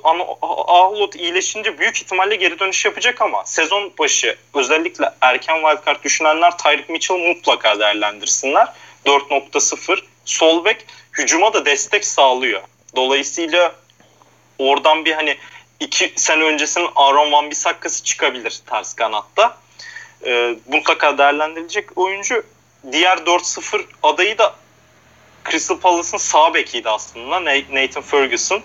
Aanholt iyileşince büyük ihtimalle geri dönüş yapacak ama sezon başı özellikle erken wildcard düşünenler Tyreek Mitchell'ı mutlaka değerlendirsinler. dört nokta sıfır sol bek hücuma da destek sağlıyor. Dolayısıyla oradan bir hani iki sene öncesinin Aaron Wan-Bissakka'sı çıkabilir ters kanatta. Ee, mutlaka değerlendirilecek oyuncu. Diğer dört sıfır adayı da Crystal Palace'ın sağ bekiydi aslında Nathan Ferguson.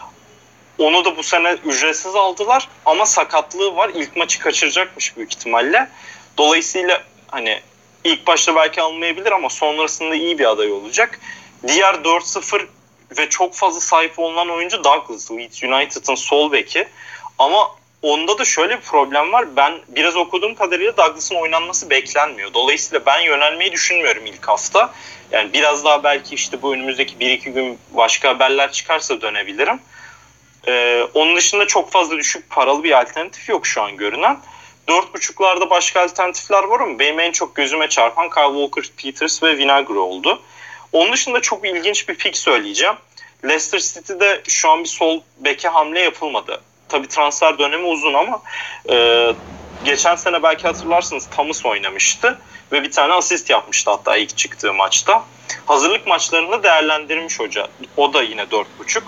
Onu da bu sene ücretsiz aldılar ama sakatlığı var. İlk maçı kaçıracakmış büyük ihtimalle. Dolayısıyla hani ilk başta belki alınmayabilir ama sonrasında iyi bir aday olacak. Diğer dört sıfır ve çok fazla sahip olunan oyuncu Douglas, Leeds United'ın sol beki. Ama onda da şöyle bir problem var. Ben biraz okuduğum kadarıyla Douglas'ın oynanması beklenmiyor. Dolayısıyla ben yönelmeyi düşünmüyorum ilk hafta. Yani biraz daha belki işte bu önümüzdeki bir iki gün başka haberler çıkarsa dönebilirim. Ee, onun dışında çok fazla düşük paralı bir alternatif yok şu an görünen. dört buçuklarda başka alternatifler var ama benim en çok gözüme çarpan Kyle Walker-Peters ve Vinagre oldu. Onun dışında çok ilginç bir pick söyleyeceğim. Leicester City'de şu an bir sol beke hamle yapılmadı. Tabii transfer dönemi uzun ama e, geçen sene belki hatırlarsınız Thomas oynamıştı ve bir tane asist yapmıştı hatta ilk çıktığı maçta. Hazırlık maçlarını değerlendirmiş hoca. O da yine dört buçuk.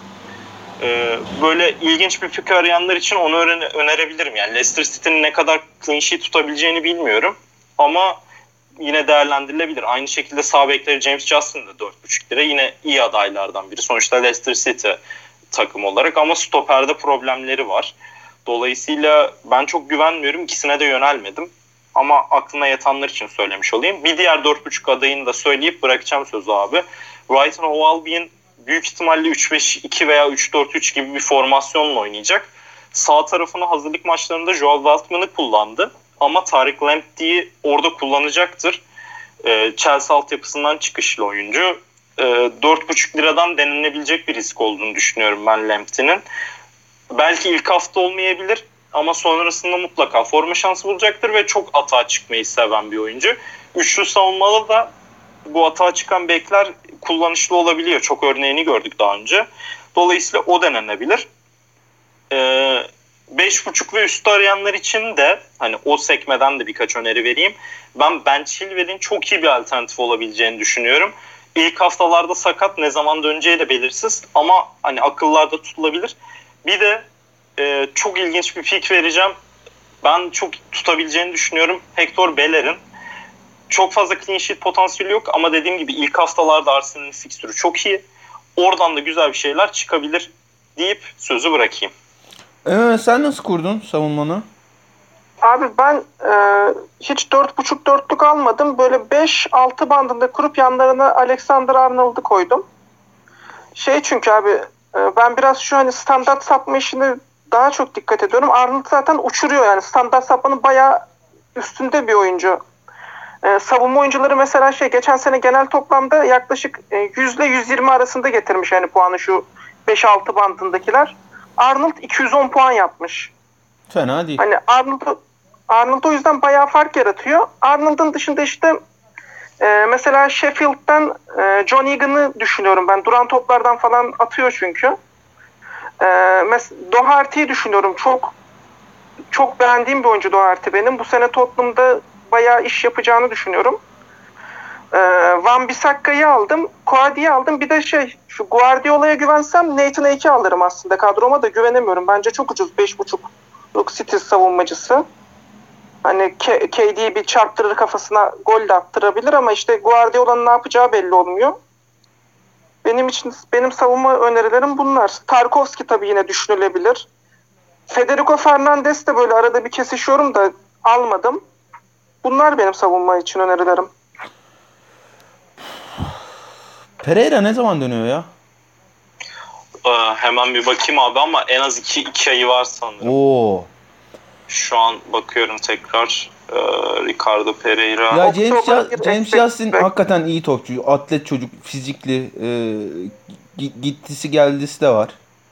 Ee, böyle ilginç bir fikir arayanlar için onu öğren- önerebilirim. Yani Leicester City'nin ne kadar clean sheet tutabileceğini bilmiyorum. Ama yine değerlendirilebilir. Aynı şekilde sağ bekleri James Justin de dört buçuk lira. Yine iyi adaylardan biri. Sonuçta Leicester City takım olarak ama stoperde problemleri var. Dolayısıyla ben çok güvenmiyorum. İkisine de yönelmedim. Ama aklına yatanlar için söylemiş olayım. Bir diğer dört buçuk adayını da söyleyip bırakacağım sözü abi. Brighton Hove Albion büyük ihtimalle üç beş iki veya üç dört üç gibi bir formasyonla oynayacak. Sağ tarafını hazırlık maçlarında Joel Weltman'ı kullandı. Ama Tarık Lamptey'i orada kullanacaktır. Ee, Chelsea altyapısından çıkışlı oyuncu. Ee, dört buçuk liradan denilebilecek bir risk olduğunu düşünüyorum ben Lamptey'nin. Belki ilk hafta olmayabilir ama sonrasında mutlaka forma şansı bulacaktır ve çok atağa çıkmayı seven bir oyuncu. Üçlü savunmalı da bu atağa çıkan bekler kullanışlı olabiliyor. Çok örneğini gördük daha önce. Dolayısıyla o denenebilir. Ee, beş buçuk ve üstü arayanlar için de hani o sekmeden de birkaç öneri vereyim. Ben Ben Chilwell'in çok iyi bir alternatif olabileceğini düşünüyorum. İlk haftalarda sakat, ne zaman döneceği de belirsiz ama hani akıllarda tutulabilir. Bir de e, çok ilginç bir pick vereceğim. Ben çok tutabileceğini düşünüyorum. Hector Bellerin. Çok fazla clean sheet potansiyeli yok ama dediğim gibi ilk haftalarda Arsenal'in fikstürü çok iyi. Oradan da güzel bir şeyler çıkabilir deyip sözü bırakayım. Ee, sen nasıl kurdun savunmanı? Abi ben e, hiç dört buçuk dörtlük almadım. Böyle beş altı bandında kurup yanlarına Alexander Arnold'u koydum. Şey çünkü abi e, ben biraz şu hani standart sapma işine daha çok dikkat ediyorum. Arnold zaten uçuruyor yani standart sapmanın bayağı üstünde bir oyuncu. Ee, savunma oyuncuları mesela şey geçen sene genel toplamda yaklaşık e, yüz ile yüz yirmi arasında getirmiş yani puanı şu beş altı bandındakiler. Arnold iki yüz on puan yapmış. Fena değil. Hani Arnold Arnold o yüzden bayağı fark yaratıyor. Arnold'un dışında işte e, mesela Sheffield'den e, John Egan'ı düşünüyorum ben. Duran toplardan falan atıyor çünkü. E, mes- Doherty'yi düşünüyorum. Çok çok beğendiğim bir oyuncu Doherty benim. Bu sene Tottenham'da bayağı iş yapacağını düşünüyorum. Ee, Wan-Bissakka'yı aldım. Coady'yi aldım. Bir de şey şu Guardiola'ya güvensem Nathan Ake'i alırım aslında. Kadroma da güvenemiyorum. Bence çok ucuz. beş buçuk Brook City savunmacısı. Hani K- K D'yi bir çarptırır kafasına, gol de attırabilir ama işte Guardiola'nın ne yapacağı belli olmuyor. Benim için benim savunma önerilerim bunlar. Tarkovski tabii yine düşünülebilir. Federico Fernandes de böyle arada bir kesişiyorum da almadım. Bunlar benim savunma için önerilerim. Pereira ne zaman dönüyor ya? Ee, hemen bir bakayım abi ama en az iki, iki ayı var sanırım. Oo. Şu an bakıyorum tekrar. Ee, Ricardo Pereira. Ya James, Oktober Ja- bir James expect- Justin hakikaten iyi topçu. Atlet çocuk, fizikli. E, gi- gittisi geldisi de var.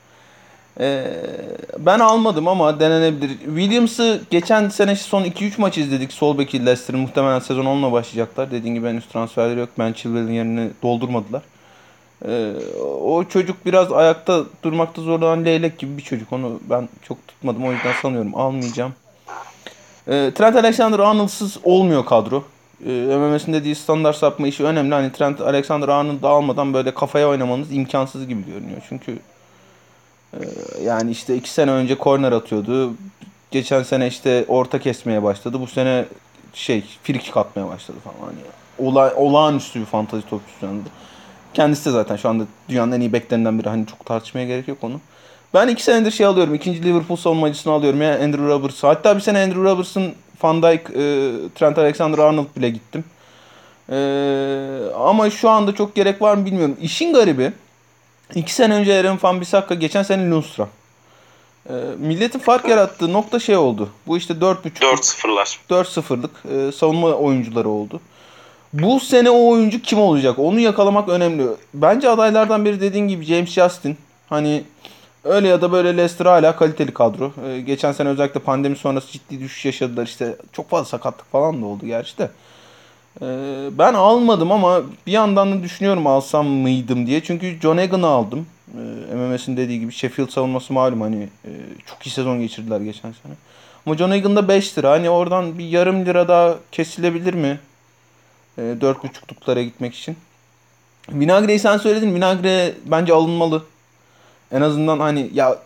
E, ben almadım ama denenebilir. Williams'ı geçen sene son iki üç maç izledik. Sol beki Leicester'ın muhtemelen sezon onunla başlayacaklar. Dediğim gibi henüz transferleri yok. Ben Chilwell'in yerini doldurmadılar. E, o çocuk biraz ayakta durmakta zorlanan leylek gibi bir çocuk. Onu ben çok tutmadım. O yüzden sanıyorum almayacağım. E, Trent Alexander-Arnold'sız olmuyor kadro. E, M M S'in dediği standart sapma işi önemli. Hani Trent Alexander-Arnold'u almadan böyle kafaya oynamanız imkansız gibi görünüyor. Çünkü e, yani işte iki sene önce korner atıyordu. Geçen sene işte orta kesmeye başladı. Bu sene şey frikik atmaya başladı falan. Hani olay, olağanüstü bir fantazi topçusu şu anda. Kendisi de zaten şu anda dünyanın en iyi beklerinden biri. Hani çok tartışmaya gerek yok onu. Ben iki senedir şey alıyorum. İkinci Liverpool savunmacısını alıyorum. Ya Andrew Roberts. Hatta bir sene Andrew Roberts'ın Van Dijk, e, Trent Alexander-Arnold bile gittim. E, ama şu anda çok gerek var mı bilmiyorum. İşin garibi. iki sene önce Eren Van Bissaka, geçen sene Lundstram. E, milletin fark yarattığı nokta şey oldu. Bu işte dört buçuk dört sıfırlar. dört sıfırlık e, savunma oyuncuları oldu. Bu sene o oyuncu kim olacak? Onu yakalamak önemli. Bence adaylardan biri dediğin gibi James Justin. Hani öyle ya da böyle Leicester hala kaliteli kadro. Ee, geçen sene özellikle pandemi sonrası ciddi düşüş yaşadılar. İşte çok fazla sakatlık falan da oldu gerçi de. Ee, ben almadım ama bir yandan da düşünüyorum alsam mıydım diye. Çünkü John Egan'ı aldım. Ee, M M S'in dediği gibi Sheffield savunması malum hani e, çok iyi sezon geçirdiler geçen sene. Ama John Egan'da beş lira. Hani oradan bir yarım lira daha kesilebilir mi? E, dört buçukluklara gitmek için. Vinagre'yi sen söyledin. Vinagre bence alınmalı. En azından hani ya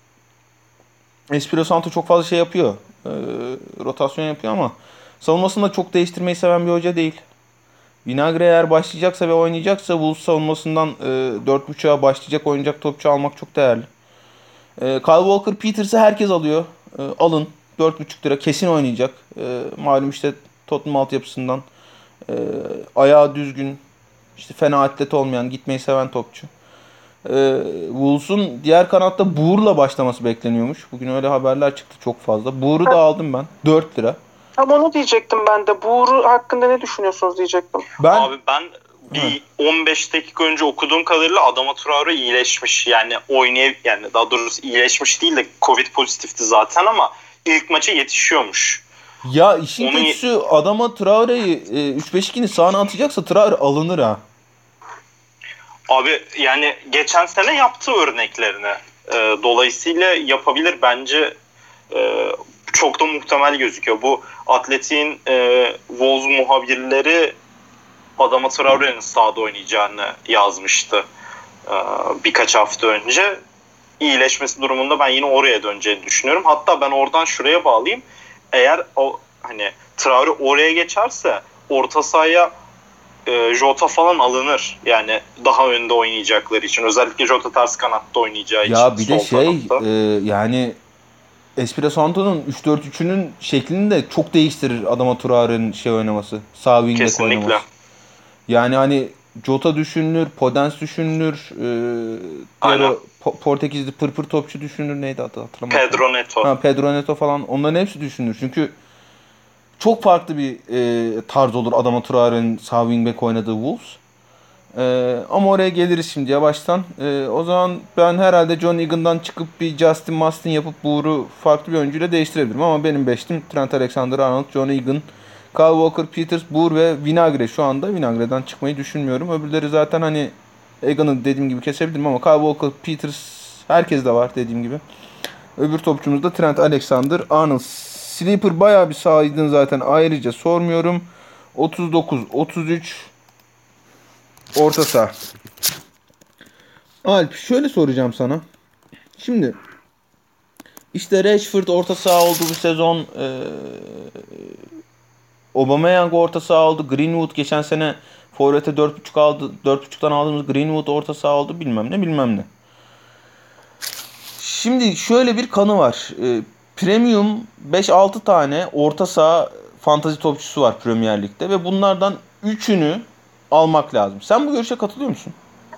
Espirito Santo çok fazla şey yapıyor. E, rotasyon yapıyor ama savunmasını da çok değiştirmeyi seven bir hoca değil. Vinagre eğer başlayacaksa ve oynayacaksa Wolves savunmasından e, dört buçuğa başlayacak oynayacak topçu almak çok değerli. E, Kyle Walker-Petters'ı herkes alıyor. E, alın. dört buçuk lira kesin oynayacak. E, malum işte Tottenham altyapısından e, ayağı düzgün, İşte fena atlet olmayan, gitmeyi seven topçu. Ee, Wolves'un diğer kanatta Buğur'la başlaması bekleniyormuş. Bugün öyle haberler çıktı çok fazla. Buğur'u da aldım ben. dört lira. Tam onu diyecektim ben de. Buğru hakkında ne düşünüyorsunuz diyecektim. Ben Abi ben bir on beş dakika önce okuduğum kadarıyla Adama Traore iyileşmiş. Yani oynay yani daha doğrusu iyileşmiş değil de Covid pozitifti zaten ama ilk maça yetişiyormuş. ya işin Onu- kötüsü adama Traore'yi e, üç beş ikinin sağına atacaksa Traore alınır ha. Abi yani geçen sene yaptı örneklerini. Ee, dolayısıyla yapabilir bence. e, çok da muhtemel gözüküyor. Bu Atletik'in e, Wolves muhabirleri Adama Traore'nin sahada oynayacağını yazmıştı e, birkaç hafta önce. İyileşmesi durumunda ben yine oraya döneceğini düşünüyorum. Hatta ben oradan şuraya bağlayayım. Eğer o hani Traore oraya geçerse orta sahaya e, Jota falan alınır. Yani daha önde oynayacakları için. Özellikle Jota ters kanatta oynayacağı için. Ya bir de sol şey tarafta. e, yani Espirito Santo'nun üç dört üçünün şeklini de çok değiştirir adama Traore'nin şey oynaması. Sağ wing back Kesinlikle. oynaması. Yani hani Jota düşünülür, Podence düşünülür, e, diğer Aynen. o Po- Portekizli pırpır topçu düşünülür. Neydi adı hatırlamadım. Pedro Neto. Ha, Pedro Neto falan onların hepsi düşünülür. Çünkü çok farklı bir e, tarz olur Adama Traore'nin sağ wing back oynadığı Wolves. E, ama oraya geliriz şimdi yavaştan. E, o zaman ben herhalde John Egan'dan çıkıp bir Justin Mastin yapıp Buğur'u farklı bir oyuncuyla değiştirebilirim. Ama benim beştim Trent Alexander-Arnold, John Egan, Kyle Walker-Peters, Buğur ve Vinagre. Şu anda Vinagre'den çıkmayı düşünmüyorum. Öbürleri zaten hani Egan'ı dediğim gibi kesebilirim ama Kyle Walker-Peters herkes de var dediğim gibi. Öbür topçumuz da Trent Alexander-Arnold. Sleeper bayağı bir saydın zaten ayrıca sormuyorum. otuz dokuz otuz üç orta saha. Alp şöyle soracağım sana. Şimdi İşte Rashford orta saha oldu bu sezon. Ee, Aubameyang orta saha oldu. Greenwood geçen sene forvete dört buçuk aldı. dört buçuktan aldığımız Greenwood orta saha oldu. Bilmem ne bilmem ne. Şimdi şöyle bir kanı var. Ee, premium beş altı tane orta saha fantazi topçusu var Premier Lig'de ve bunlardan üçünü almak lazım. Sen bu görüşe katılıyor musun?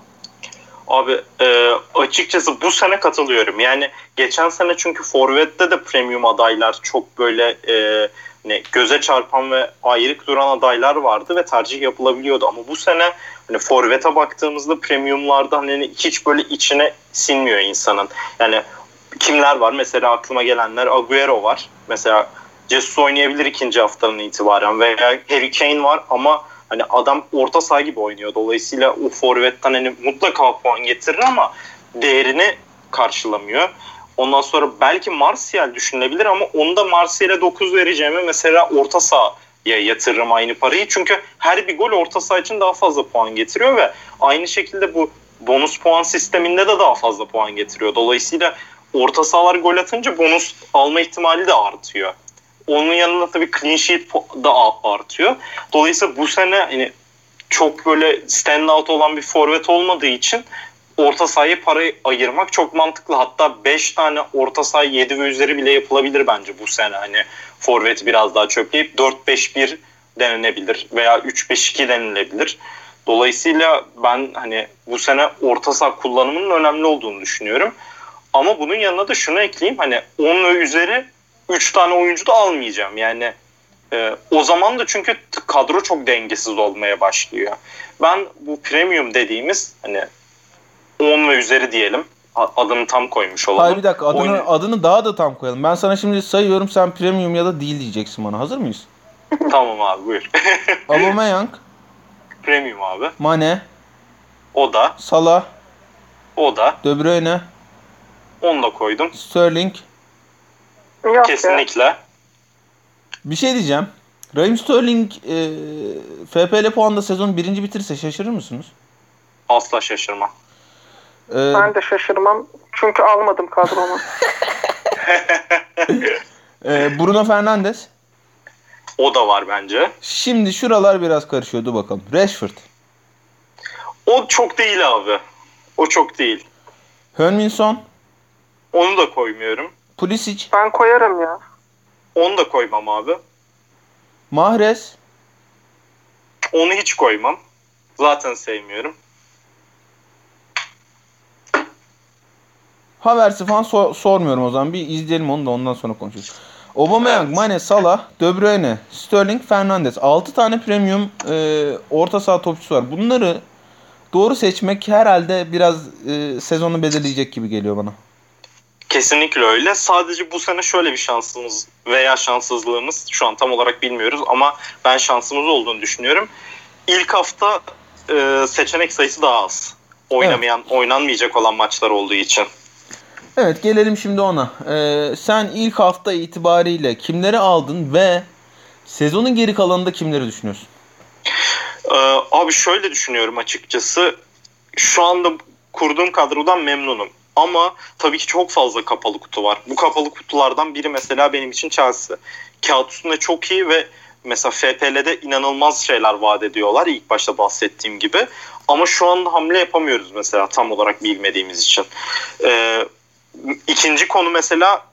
Abi e, açıkçası bu sene katılıyorum. Yani geçen sene çünkü forvette de premium adaylar çok böyle e, ne göze çarpan ve ayrık duran adaylar vardı ve tercih yapılabiliyordu. Ama bu sene hani forvete baktığımızda premiumlarda hani hiç böyle içine sinmiyor insanın. Yani kimler var? Mesela aklıma gelenler Agüero var. Mesela Jesus oynayabilir ikinci haftanın itibaren veya Harry Kane var ama hani adam orta saha gibi oynuyor. Dolayısıyla o forvetten hani mutlaka puan getirir ama değerini karşılamıyor. Ondan sonra belki Martial düşünülebilir ama onu da Martial'e dokuz vereceğime mesela orta sahaya yatırırım aynı parayı. Çünkü her bir gol orta saha için daha fazla puan getiriyor ve aynı şekilde bu bonus puan sisteminde de daha fazla puan getiriyor. Dolayısıyla orta sahalar gol atınca bonus alma ihtimali de artıyor. Onun yanında tabii clean sheet da artıyor. Dolayısıyla bu sene hani çok böyle stand out olan bir forvet olmadığı için orta sahaya parayı ayırmak çok mantıklı. Hatta beş tane orta saha yedi ve üzeri bile yapılabilir bence bu sene. Hani forveti biraz daha çöpleyip dört beş bir denenebilir veya üç beş iki denilebilir. Dolayısıyla ben hani bu sene orta saha kullanımının önemli olduğunu düşünüyorum. Ama bunun yanına da şunu ekleyeyim. Hani on ve üzeri üç tane oyuncu da almayacağım. Yani e, o zaman da çünkü kadro çok dengesiz olmaya başlıyor. Ben bu premium dediğimiz hani on ve üzeri diyelim. Adını tam koymuş olalım. Hayır bir dakika adını, Oyun... adını daha da tam koyalım. Ben sana şimdi sayıyorum, sen premium ya da değil diyeceksin bana. Hazır mıyız? Tamam abi buyur. Aubameyang. Premium abi. Mane. O da. Salah. O da. De Bruyne. Onu da koydum. Sterling. Yok Kesinlikle. Ya. Bir şey diyeceğim. Raheem Sterling e, F P L puanında sezon birinci bitirse şaşırır mısınız? Asla şaşırmam. Ee, Ben de şaşırmam. Çünkü almadım kadromu. e, Bruno Fernandes. O da var bence. Şimdi şuralar biraz karışıyordu bakalım. Rashford. O çok değil abi. O çok değil. Heung-min Onu da koymuyorum. Pulisic. Ben koyarım ya. Onu da koymam abi. Mahrez. Onu hiç koymam. Zaten sevmiyorum. Havertz'i falan so- sormuyorum o zaman. Bir izleyelim onu da ondan sonra konuşuruz. Aubameyang, Evet. Mane, Salah, De Bruyne, Sterling, Fernandes. altı tane premium e, orta saha topçusu var. Bunları doğru seçmek herhalde biraz e, sezonu belirleyecek gibi geliyor bana. Kesinlikle öyle. Sadece bu sene şöyle bir şansımız veya şanssızlığımız şu an tam olarak bilmiyoruz ama ben şansımız olduğunu düşünüyorum. İlk hafta e, seçenek sayısı daha az. Oynamayan, evet. Oynanmayacak olan maçlar olduğu için. Evet, gelelim şimdi ona. Ee, sen ilk hafta itibariyle kimleri aldın ve sezonun geri kalanında kimleri düşünüyorsun? Ee, abi şöyle düşünüyorum açıkçası. Şu anda kurduğum kadrodan memnunum. Ama tabii ki çok fazla kapalı kutu var. Bu kapalı kutulardan biri mesela benim için Chelsea. Kağıt üstünde çok iyi ve mesela F P L'de inanılmaz şeyler vaat ediyorlar ilk başta bahsettiğim gibi. Ama şu anda hamle yapamıyoruz mesela tam olarak bilmediğimiz için. Ee, ikinci konu mesela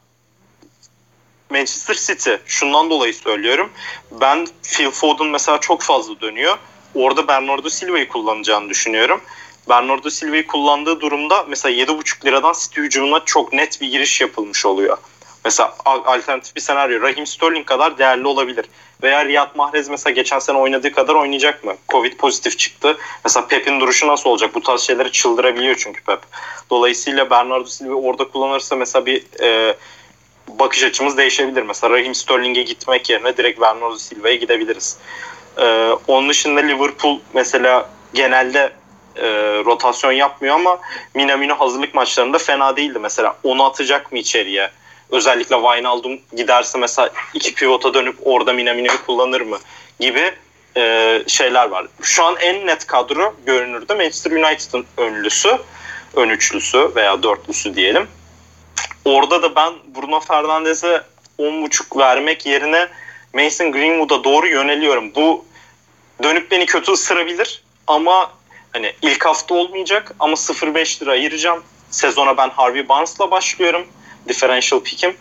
Manchester City. Şundan dolayı söylüyorum. Ben Phil Foden mesela çok fazla dönüyor. Orada Bernardo Silva'yı kullanacağını düşünüyorum. Bernardo Silva'yı kullandığı durumda mesela yedi buçuk liradan City hücumuna çok net bir giriş yapılmış oluyor. Mesela alternatif bir senaryo. Raheem Sterling kadar değerli olabilir. Veya Riyad Mahrez mesela geçen sene oynadığı kadar oynayacak mı? Covid pozitif çıktı. Mesela Pep'in duruşu nasıl olacak? Bu tarz şeyleri çıldırabiliyor çünkü Pep. Dolayısıyla Bernardo Silva'yı orada kullanırsa mesela bir e, bakış açımız değişebilir. Mesela Raheem Sterling'e gitmek yerine direkt Bernardo Silva'ya gidebiliriz. E, onun dışında Liverpool mesela genelde e, rotasyon yapmıyor ama Minamino hazırlık maçlarında fena değildi mesela. Onu atacak mı içeriye? Özellikle Wijnaldum giderse mesela iki pivota dönüp orada Minamino'yu kullanır mı? Gibi e, şeyler var. Şu an en net kadro görünürde Manchester United'ın önlüsü, ön üçlüsü veya dörtlüsü diyelim. orada da ben Bruno Fernandes'e on buçuk vermek yerine Mason Greenwood'a doğru yöneliyorum. Bu dönüp beni kötü ısırabilir ama hani ilk hafta olmayacak ama sıfır virgül beş lira ayıracağım. Sezona ben Harvey Barnes'la başlıyorum. Differential pick'im.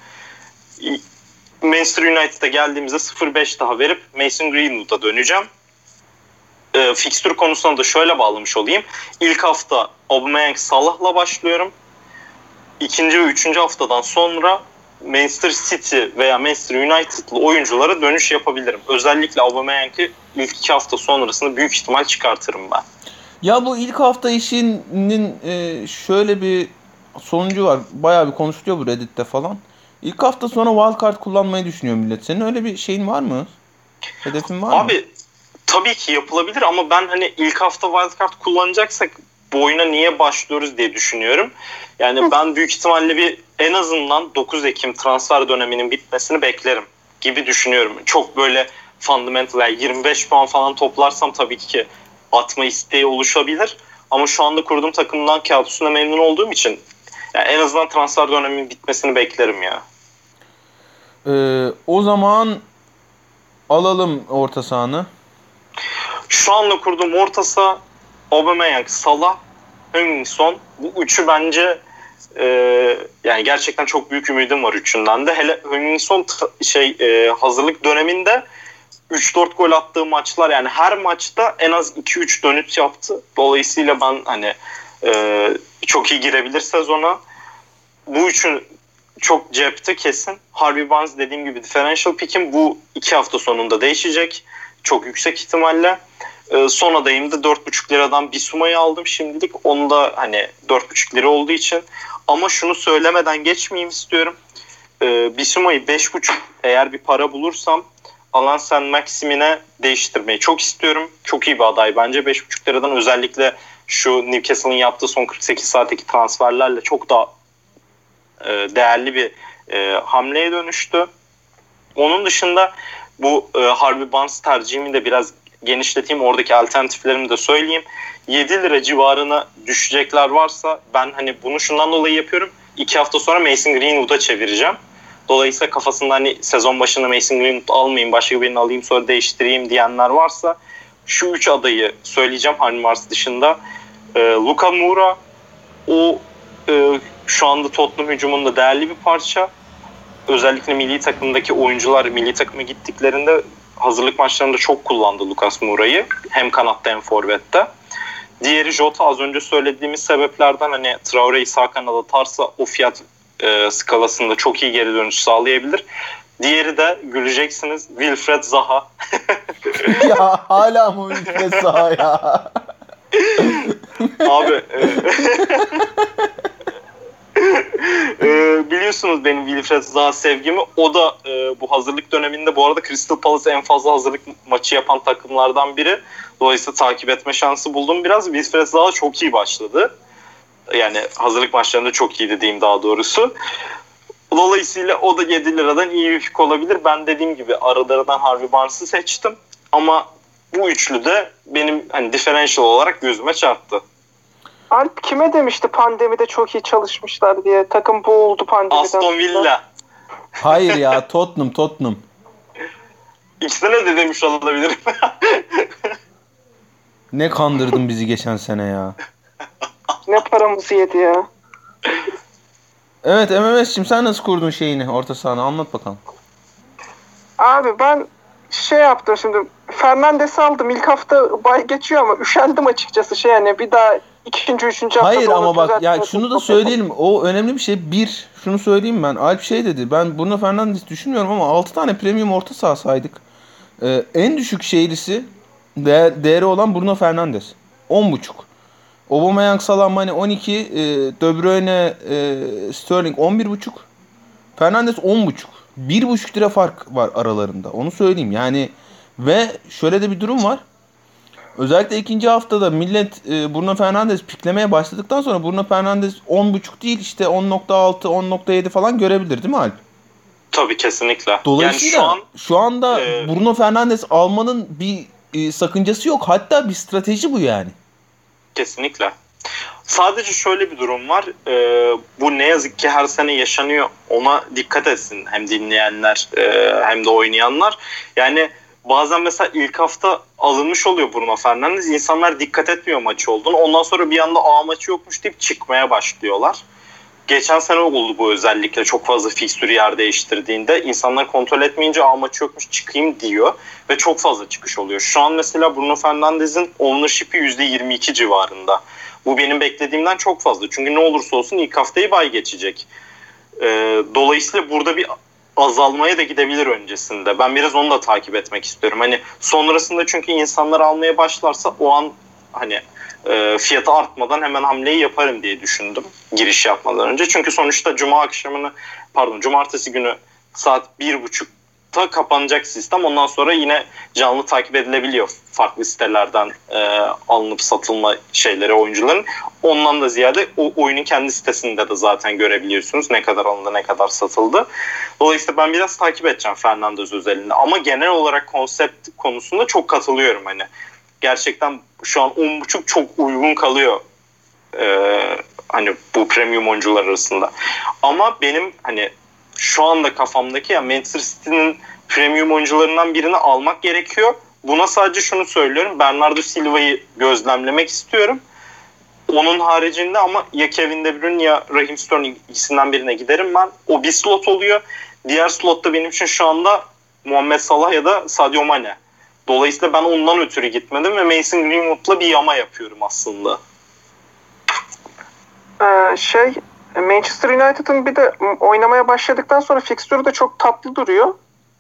Manchester United'a geldiğimizde sıfır virgül beş daha verip Mason Greenwood'a döneceğim. E, fixture konusuna da şöyle bağlamış olayım. İlk hafta Aubameyang Salah'la başlıyorum. İkinci ve üçüncü haftadan sonra Manchester City veya Manchester United'lı oyunculara dönüş yapabilirim. Özellikle Aubameyang'ı ilk iki hafta sonrasını büyük ihtimal çıkartırım ben. Ya bu ilk hafta işinin e, şöyle bir sonucu var. Bayağı bir konuşuluyor bu Reddit'te falan. İlk hafta sonra wildcard kullanmayı düşünüyor millet. Senin öyle bir şeyin var mı? Hedefin var Abi, mı? Abi tabii ki yapılabilir ama ben hani ilk hafta wildcard kullanacaksak bu oyuna niye başlıyoruz diye düşünüyorum. Yani ben büyük ihtimalle bir en azından dokuz Ekim transfer döneminin bitmesini beklerim gibi düşünüyorum. Çok böyle fundamental yani yirmi beş puan falan toplarsam tabii ki atma isteği oluşabilir. Ama şu anda kurduğum takımdan kağıt üstünde memnun olduğum için yani en azından transfer döneminin bitmesini beklerim ya. Ee, o zaman alalım orta sahanı. Şu anda kurduğum orta saha Aubameyang, Salah, Hüminson. Bu üçü bence e, yani gerçekten çok büyük ümidim var üçünden de. Hele Hüminson şey e, hazırlık döneminde üç dört gol attığı maçlar yani her maçta en az iki üç dönüş yaptı. Dolayısıyla ben hani e, çok iyi girebilir sezona. Bu üçü çok cepte kesin. Harvey Barnes dediğim gibi differential pick'im bu iki hafta sonunda değişecek. Çok yüksek ihtimalle. Ee, son adayımda dört buçuk liradan Bissouma'yı aldım şimdilik. Onu da hani dört buçuk lira olduğu için. Ama şunu söylemeden geçmeyeyim istiyorum. Ee, Bissouma'yı beş buçuk eğer bir para bulursam Alan Saint-Maximin'e değiştirmeyi çok istiyorum. Çok iyi bir aday bence. beş buçuk liradan özellikle şu Newcastle'ın yaptığı son kırk sekiz saatteki transferlerle çok daha e, değerli bir e, hamleye dönüştü. Onun dışında bu e, Harvey Barnes tercihimi de biraz genişleteyim. Oradaki alternatiflerimi de söyleyeyim. yedi lira civarına düşecekler varsa ben hani bunu şundan dolayı yapıyorum. iki hafta sonra Mason Greenwood'a çevireceğim. Dolayısıyla kafasında hani sezon başında Mason Greenwood almayayım, başka birini alayım sonra değiştireyim diyenler varsa şu üç adayı söyleyeceğim Harvey Barnes dışında. E, Luka Moura o e, şu anda Tottenham hücumunda değerli bir parça. Özellikle milli takımdaki oyuncular milli takıma gittiklerinde hazırlık maçlarında çok kullandı Lucas Moura'yı. Hem kanatta hem forvette. Diğeri Jota, az önce söylediğimiz sebeplerden hani Traore'yi sağ kanada atarsa o fiyat e, skalasında çok iyi geri dönüş sağlayabilir. Diğeri de güleceksiniz Wilfried Zaha. Ya hala mı Wilfried Zaha ya? Abi e, ee, biliyorsunuz benim Wilfried Zaha sevgimi. O da e, bu hazırlık döneminde bu arada Crystal Palace en fazla hazırlık maçı yapan takımlardan biri. Dolayısıyla takip etme şansı buldum biraz. Wilfried Zaha çok iyi başladı. Yani hazırlık maçlarında çok iyi dediğim daha doğrusu. Dolayısıyla o da yedi liradan iyi bir fik olabilir. Ben dediğim gibi aralarından Harvey Barnes'ı seçtim. Ama bu üçlü de benim hani differential olarak gözüme çarptı. Alp kime demişti pandemide çok iyi çalışmışlar diye? Takım bu oldu pandemiden. Aston Villa. Hayır ya Tottenham Tottenham. İkisine de demiş olabilirim. Ne kandırdın bizi geçen sene ya. Ne paramızı yedi ya. Evet M M S'cim sen nasıl kurdun şeyini orta sahanı anlat bakalım. Abi ben şey yaptım şimdi. Fernandes'i aldım. İlk hafta bay geçiyor ama üşendim açıkçası şey yani bir daha ikinci, üçüncü hafta. Hayır ama bak ya şunu da söyleyelim. O önemli bir şey. Bir, şunu söyleyeyim ben. Alp şey dedi. Ben Bruno Fernandes düşünmüyorum ama altı tane premium orta saha saydık. Ee, en düşük şeylisi değer, değeri olan Bruno Fernandes. on buçuk. Aubameyang, Salah, Mane on iki. E, De Bruyne, e, Sterling on bir buçuk. Fernandes on buçuk. bir buçuk lira fark var aralarında. Onu söyleyeyim. Yani ve şöyle de bir durum var. Özellikle ikinci haftada millet e, Bruno Fernandes piklemeye başladıktan sonra Bruno Fernandes on buçuk değil işte on nokta altı on nokta yedi falan görebilir değil mi Alp? Tabii kesinlikle. Dolayısıyla yani şu, an, şu anda e, Bruno Fernandes almanın bir e, sakıncası yok. Hatta bir strateji bu yani. Kesinlikle. Sadece şöyle bir durum var. Ee, bu ne yazık ki her sene yaşanıyor. Ona dikkat etsin hem dinleyenler e, hem de oynayanlar. Yani bazen mesela ilk hafta alınmış oluyor Bruno Fernandes. İnsanlar dikkat etmiyor maçı olduğunu. Ondan sonra bir anda A maçı yokmuş deyip çıkmaya başlıyorlar. Geçen sene oldu bu özellikle. Çok fazla fikstürü yer değiştirdiğinde insanlar kontrol etmeyince A maçı yokmuş çıkayım diyor. Ve çok fazla çıkış oluyor. Şu an mesela Bruno Fernandes'in ownership'i yüzde yirmi iki civarında. Bu benim beklediğimden çok fazla. Çünkü ne olursa olsun ilk haftayı bay geçecek. Ee, dolayısıyla burada bir azalmaya da gidebilir öncesinde. Ben biraz onu da takip etmek istiyorum. Hani sonrasında çünkü insanlar almaya başlarsa o an hani e, fiyatı artmadan hemen hamleyi yaparım diye düşündüm giriş yapmadan önce. Çünkü sonuçta cuma akşamını pardon cumartesi günü saat bir buçukta kapanacak sistem. Ondan sonra yine canlı takip edilebiliyor farklı sitelerden e, alınıp satılma şeyleri oyuncuların. Ondan da ziyade o oyunun kendi sitesinde de zaten görebiliyorsunuz ne kadar alındı ne kadar satıldı. Dolayısıyla ben biraz takip edeceğim Fernandes özelinde. Ama genel olarak konsept konusunda çok katılıyorum hani. Gerçekten şu an on buçuk çok uygun kalıyor ee, hani bu premium oyuncular arasında. Ama benim hani şu anda kafamdaki ya Manchester City'nin premium oyuncularından birini almak gerekiyor. Buna sadece şunu söylüyorum. Bernardo Silva'yı gözlemlemek istiyorum. Onun haricinde ama ya Kevin De Bruyne ya Raheem Sterling ikisinden birine giderim ben. O bir slot oluyor. Diğer slotta benim için şu anda Muhammed Salah ya da Sadio Mane. Dolayısıyla ben ondan ötürü gitmedim ve Mason Greenwood'la bir yama yapıyorum aslında. Ee, şey Manchester United'ın bir de oynamaya başladıktan sonra fikstürü de çok tatlı duruyor.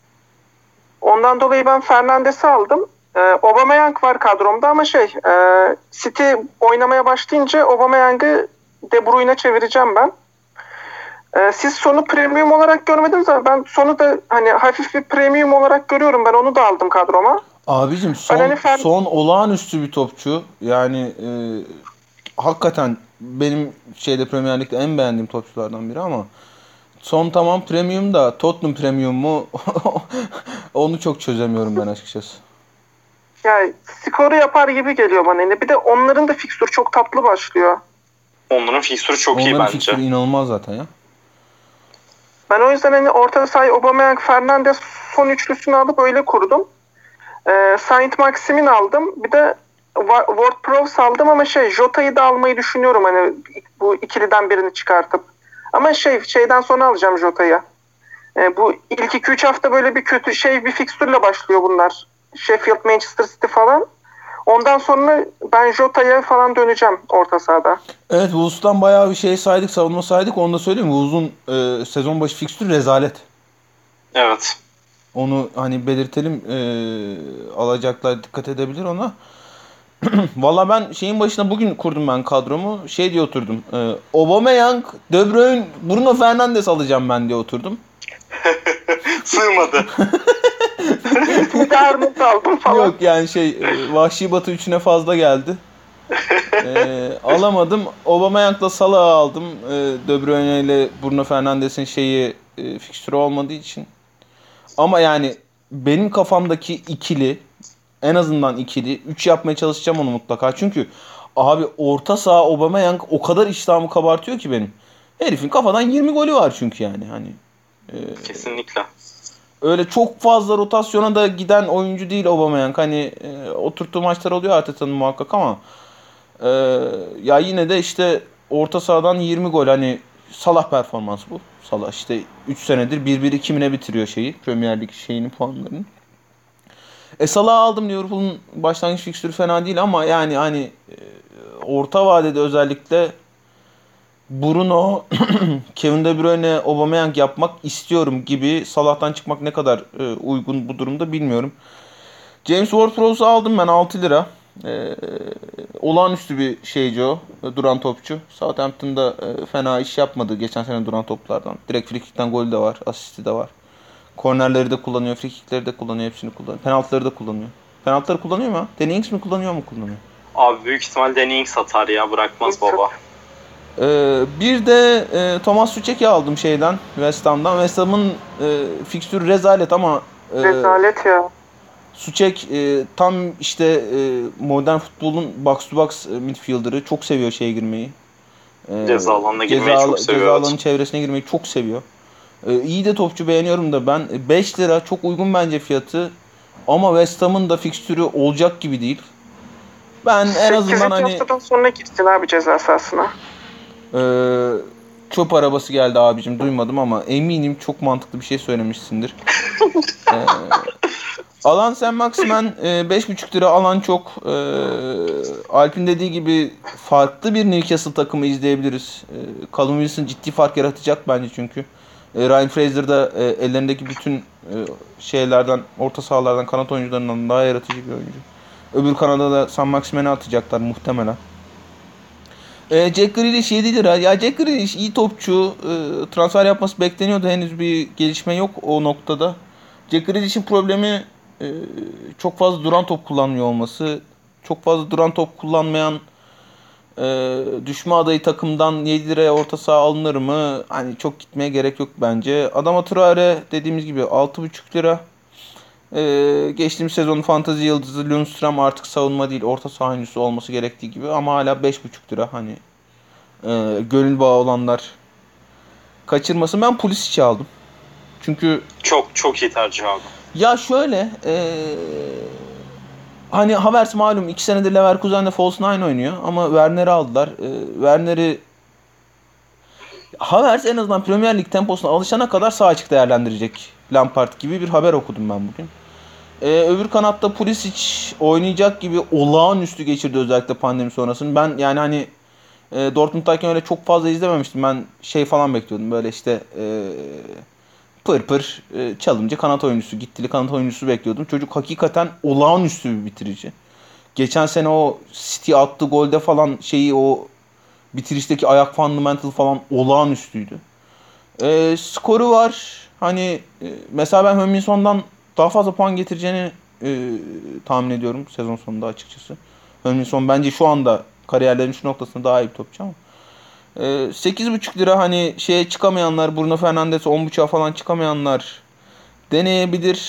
Ondan dolayı ben Fernandes'i aldım. Ee, Aubameyang var kadromda ama şey e, City oynamaya başlayınca Aubameyang'ı De Bruyne'e çevireceğim ben. Ee, siz sonu premium olarak görmediniz ama ben sonu da hani hafif bir premium olarak görüyorum. Ben onu da aldım kadroma. Abicim son, hani Fer- son olağanüstü bir topçu. Yani e, hakikaten benim şeyde Premier Lig'de en beğendiğim topçulardan biri ama son tamam premium da Tottenham premium mu onu çok çözemiyorum ben açıkçası. Yani skoru yapar gibi geliyor bana yine. Bir de onların da fikstürü çok tatlı başlıyor. Onların fikstürü çok Onların iyi bence. Onların fikstürü inanılmaz zaten ya. Ben o yüzden hani orta sahayı Aubameyang, Fernandes son üçlüsünü alıp öyle kurdum. Ee, Saint Maximin aldım. Bir de Ward-Prowse aldım ama şey Jota'yı da almayı düşünüyorum hani bu ikiliden birini çıkartıp. Ama şey şeyden sonra alacağım Jota'yı. Ee, bu ilk iki üç hafta böyle bir kötü şey bir fikstürle başlıyor bunlar. Sheffield, Manchester City falan. Ondan sonra ben Jota'ya falan döneceğim orta sahada. Evet, Wolves'tan bayağı bir şey saydık, savunma saydık. Onu da söyleyeyim. Wolves'un e, sezon başı fikstürü rezalet. Evet. Onu hani belirtelim. E, alacaklar dikkat edebilir ona. Valla ben şeyin başına bugün kurdum ben kadromu. Şey diye oturdum. E, Aubameyang, De Bruyne, Bruno Fernandes alacağım ben diye oturdum. Sığmadı. Bir de Arnold aldım falan. Yok yani şey e, Vahşi Batı üçüne fazla geldi. e, alamadım. Aubameyang'la Salah'ı aldım. E, De Bruyne ile Bruno Fernandes'in şeyi e, fikstürü olmadığı için. Ama yani benim kafamdaki ikili, en azından ikili, üç yapmaya çalışacağım onu mutlaka. Çünkü abi orta saha Aubameyang o kadar iştahımı kabartıyor ki benim. Herifin kafadan yirmi golü var çünkü yani hani. E, Kesinlikle. Öyle çok fazla rotasyona da giden oyuncu değil Aubameyang. Hani e, oturttuğu maçlar oluyor Arteta'nın muhakkak ama e, ya yine de işte orta sahadan yirmi gol, hani Salah performansı bu. Salah işte üç senedir bir bir iki mine bitiriyor şeyi. Premier Lig şeyini, puanlarını. E Salah'ı aldım, Liverpool'un başlangıç fikstürü fena değil ama yani hani e, orta vadede özellikle Bruno, Kevin De Bruyne, Aubameyang yapmak istiyorum gibi. Salah'tan çıkmak ne kadar e, uygun bu durumda bilmiyorum. James Ward-Prowse'u aldım ben altı lira. E, olağanüstü bir şeyci o. E, duran topçu. Southampton'da e, fena iş yapmadı geçen sene duran toplardan. Direkt frikikten golü de var. Asisti de var. Kornerleri de kullanıyor. Frikikleri de kullanıyor. Hepsini kullanıyor. Penaltıları da kullanıyor. Penaltıları kullanıyor mu? Danny Ings mi kullanıyor mu kullanıyor? Abi büyük ihtimal Danny Ings atar ya. Bırakmaz baba. Ee, bir de e, Thomas Suchek'i aldım şeyden, West Ham'dan. West Ham'ın e, fikstürü rezalet ama e, Rezalet ya. Suçek e, tam işte e, modern futbolun box to box e, midfielder'ı. Çok seviyor şeye girmeyi. E, Ceza alanına girmeyi ceza, çok seviyor. Ceza Evet. alanının çevresine girmeyi çok seviyor. E, iyi de topçu, beğeniyorum da ben beş lira çok uygun bence fiyatı. Ama West Ham'ın da fikstürü olacak gibi değil. Ben en azından sekizinci hani haftadan sonra gitsin abi ceza sahasına. e, çöp arabası geldi abicim, duymadım ama eminim çok mantıklı bir şey söylemişsindir. e, Alan Saint-Maximin e, beş buçuk lira, alan çok. E, Alp'in dediği gibi farklı bir Newcastle takımı izleyebiliriz. E, Callum Wilson ciddi fark yaratacak bence çünkü. E, Ryan Fraser da e, ellerindeki bütün e, şeylerden, orta sahalardan, kanat oyuncularından daha yaratıcı bir oyuncu. Öbür kanada da Saint-Maximin'i atacaklar muhtemelen. E, Jack Grealish yedi lira. Ya Jack Grealish iyi topçu. E, transfer yapması bekleniyordu. Henüz bir gelişme yok o noktada. Jack Grealish'in problemi e, çok fazla duran top kullanmıyor olması. Çok fazla duran top kullanmayan e, düşme adayı takımdan yedi liraya orta saha alınır mı? Hani çok gitmeye gerek yok bence. Adama Traore dediğimiz gibi altı buçuk lira. Ee, geçtiğimiz sezonun fantezi yıldızı Lundstram artık savunma değil, orta saha oyuncusu olması gerektiği gibi, ama hala beş buçuk lira. Hani e, gönül bağı olanlar kaçırmasın. Ben Pulisic'i aldım. Çünkü Çok çok iyi tercih abi. ya şöyle e, hani Havertz malum iki senedir Leverkusen'de false nine oynuyor ama Werner'i aldılar. E, Werner'i Havertz en azından Premier Lig temposuna alışana kadar sağ açık değerlendirecek Lampard gibi bir haber okudum ben bugün. Ee, öbür kanatta Pulisic oynayacak gibi, olağanüstü geçirdi özellikle pandemi sonrasını. Ben yani hani e, Dortmund'dayken öyle çok fazla izlememiştim. Ben şey falan bekliyordum, böyle işte e, pır pır e, çalımcı kanat oyuncusu, gittili kanat oyuncusu bekliyordum. Çocuk hakikaten olağanüstü bir bitirici. Geçen sene o City attığı golde falan şeyi, o bitirişteki ayak fundamental falan olağanüstüydü. E, skoru var. Hani e, mesela ben Hönminson'dan daha fazla puan getireceğini e, tahmin ediyorum sezon sonunda açıkçası. Hönminson bence şu anda kariyerlerinin şu noktasında daha iyi bir topçu ama. E, sekiz buçuk lira, hani şeye çıkamayanlar, Bruno Fernandes on buçuğa falan çıkamayanlar deneyebilir.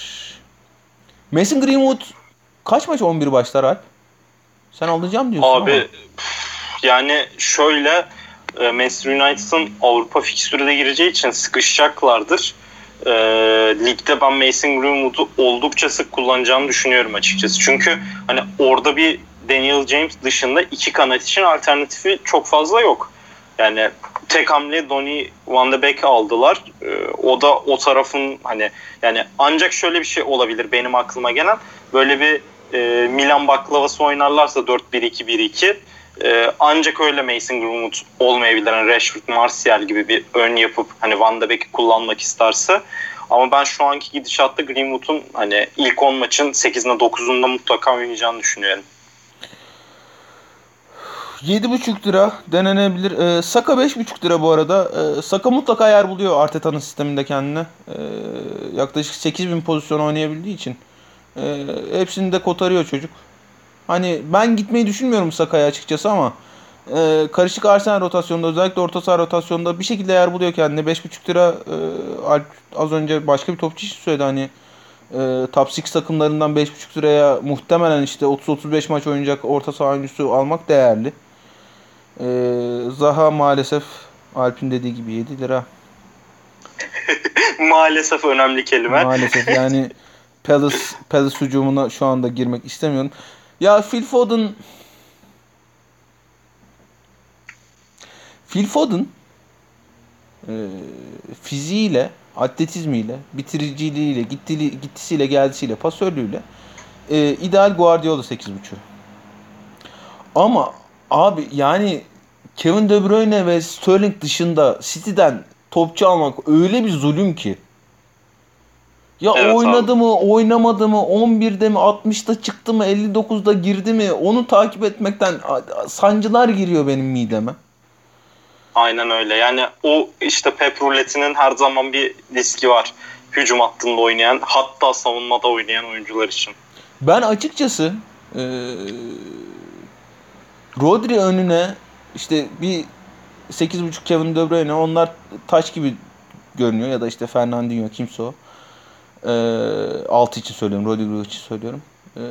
Mason Greenwood kaç maç on bir başlar Alp? Sen alacağım diyorsun Abi ama. yani şöyle, e, Manchester United'ın Avrupa fikstürü de gireceği için sıkışacaklardır. E, ligde ben Mason Greenwood'u oldukça sık kullanacağını düşünüyorum açıkçası. Çünkü hani orada bir Daniel James dışında iki kanat için alternatifi çok fazla yok. Yani tek hamle Donny van de Beek'i aldılar. E, o da o tarafın hani, yani ancak şöyle bir şey olabilir benim aklıma gelen, böyle bir e, Milan baklavası oynarlarsa dört bir iki bir iki, Ee, ancak öyle Mason Greenwood olmayabilir. Yani Rashford, Martial gibi bir ön yapıp hani Van de Beek'i kullanmak isterse. Ama ben şu anki gidişatta Greenwood'un hani ilk on maçın sekizinde dokuzunda mutlaka oynayacağını düşünüyorum. yedi buçuk lira denenebilir. Ee, Saka beş buçuk lira bu arada. Ee, Saka mutlaka yer buluyor Arteta'nın sisteminde kendine. Ee, yaklaşık sekiz bin pozisyon oynayabildiği için. Ee, hepsini de kotarıyor çocuk. Hani ben gitmeyi düşünmüyorum Saka'ya açıkçası ama e, karışık Arsenal rotasyonunda, özellikle orta saha rotasyonunda bir şekilde yer buluyor kendine. beş buçuk lira e, Alp az önce başka bir topçu için söyledi, hani e, top altı takımlarından beş buçuk liraya muhtemelen işte otuz otuz beş maç oynayacak orta saha oyuncusu almak değerli. E, Zaha maalesef Alp'in dediği gibi yedi lira. Maalesef önemli kelime. Maalesef yani Palace, Palace hücumuna şu anda girmek istemiyorum. Ya Phil Foden Phil Foden e, fiziğiyle, atletizmiyle, bitiriciliğiyle, gittili, gittisiyle, geldisiyle, pasörlüğüyle e, ideal Guardiola sekiz buçuk. Ama abi yani Kevin De Bruyne ve Sterling dışında City'den topçu almak öyle bir zulüm ki. Ya Evet oynadı abi. mı, oynamadı mı, on birde mi, altmışta çıktı mı, elli dokuzda girdi mi, onu takip etmekten sancılar giriyor benim mideme. Aynen öyle. Yani o işte Pep ruletinin her zaman bir riski var. Hücum hattında oynayan, hatta savunmada oynayan oyuncular için. Ben açıkçası e, Rodri önüne işte bir sekiz buçuk Kevin De Bruyne, onlar taş gibi görünüyor, ya da işte Fernandinho, kimse o. Ee, altı için söylüyorum. Rodrigo için söylüyorum. Ee,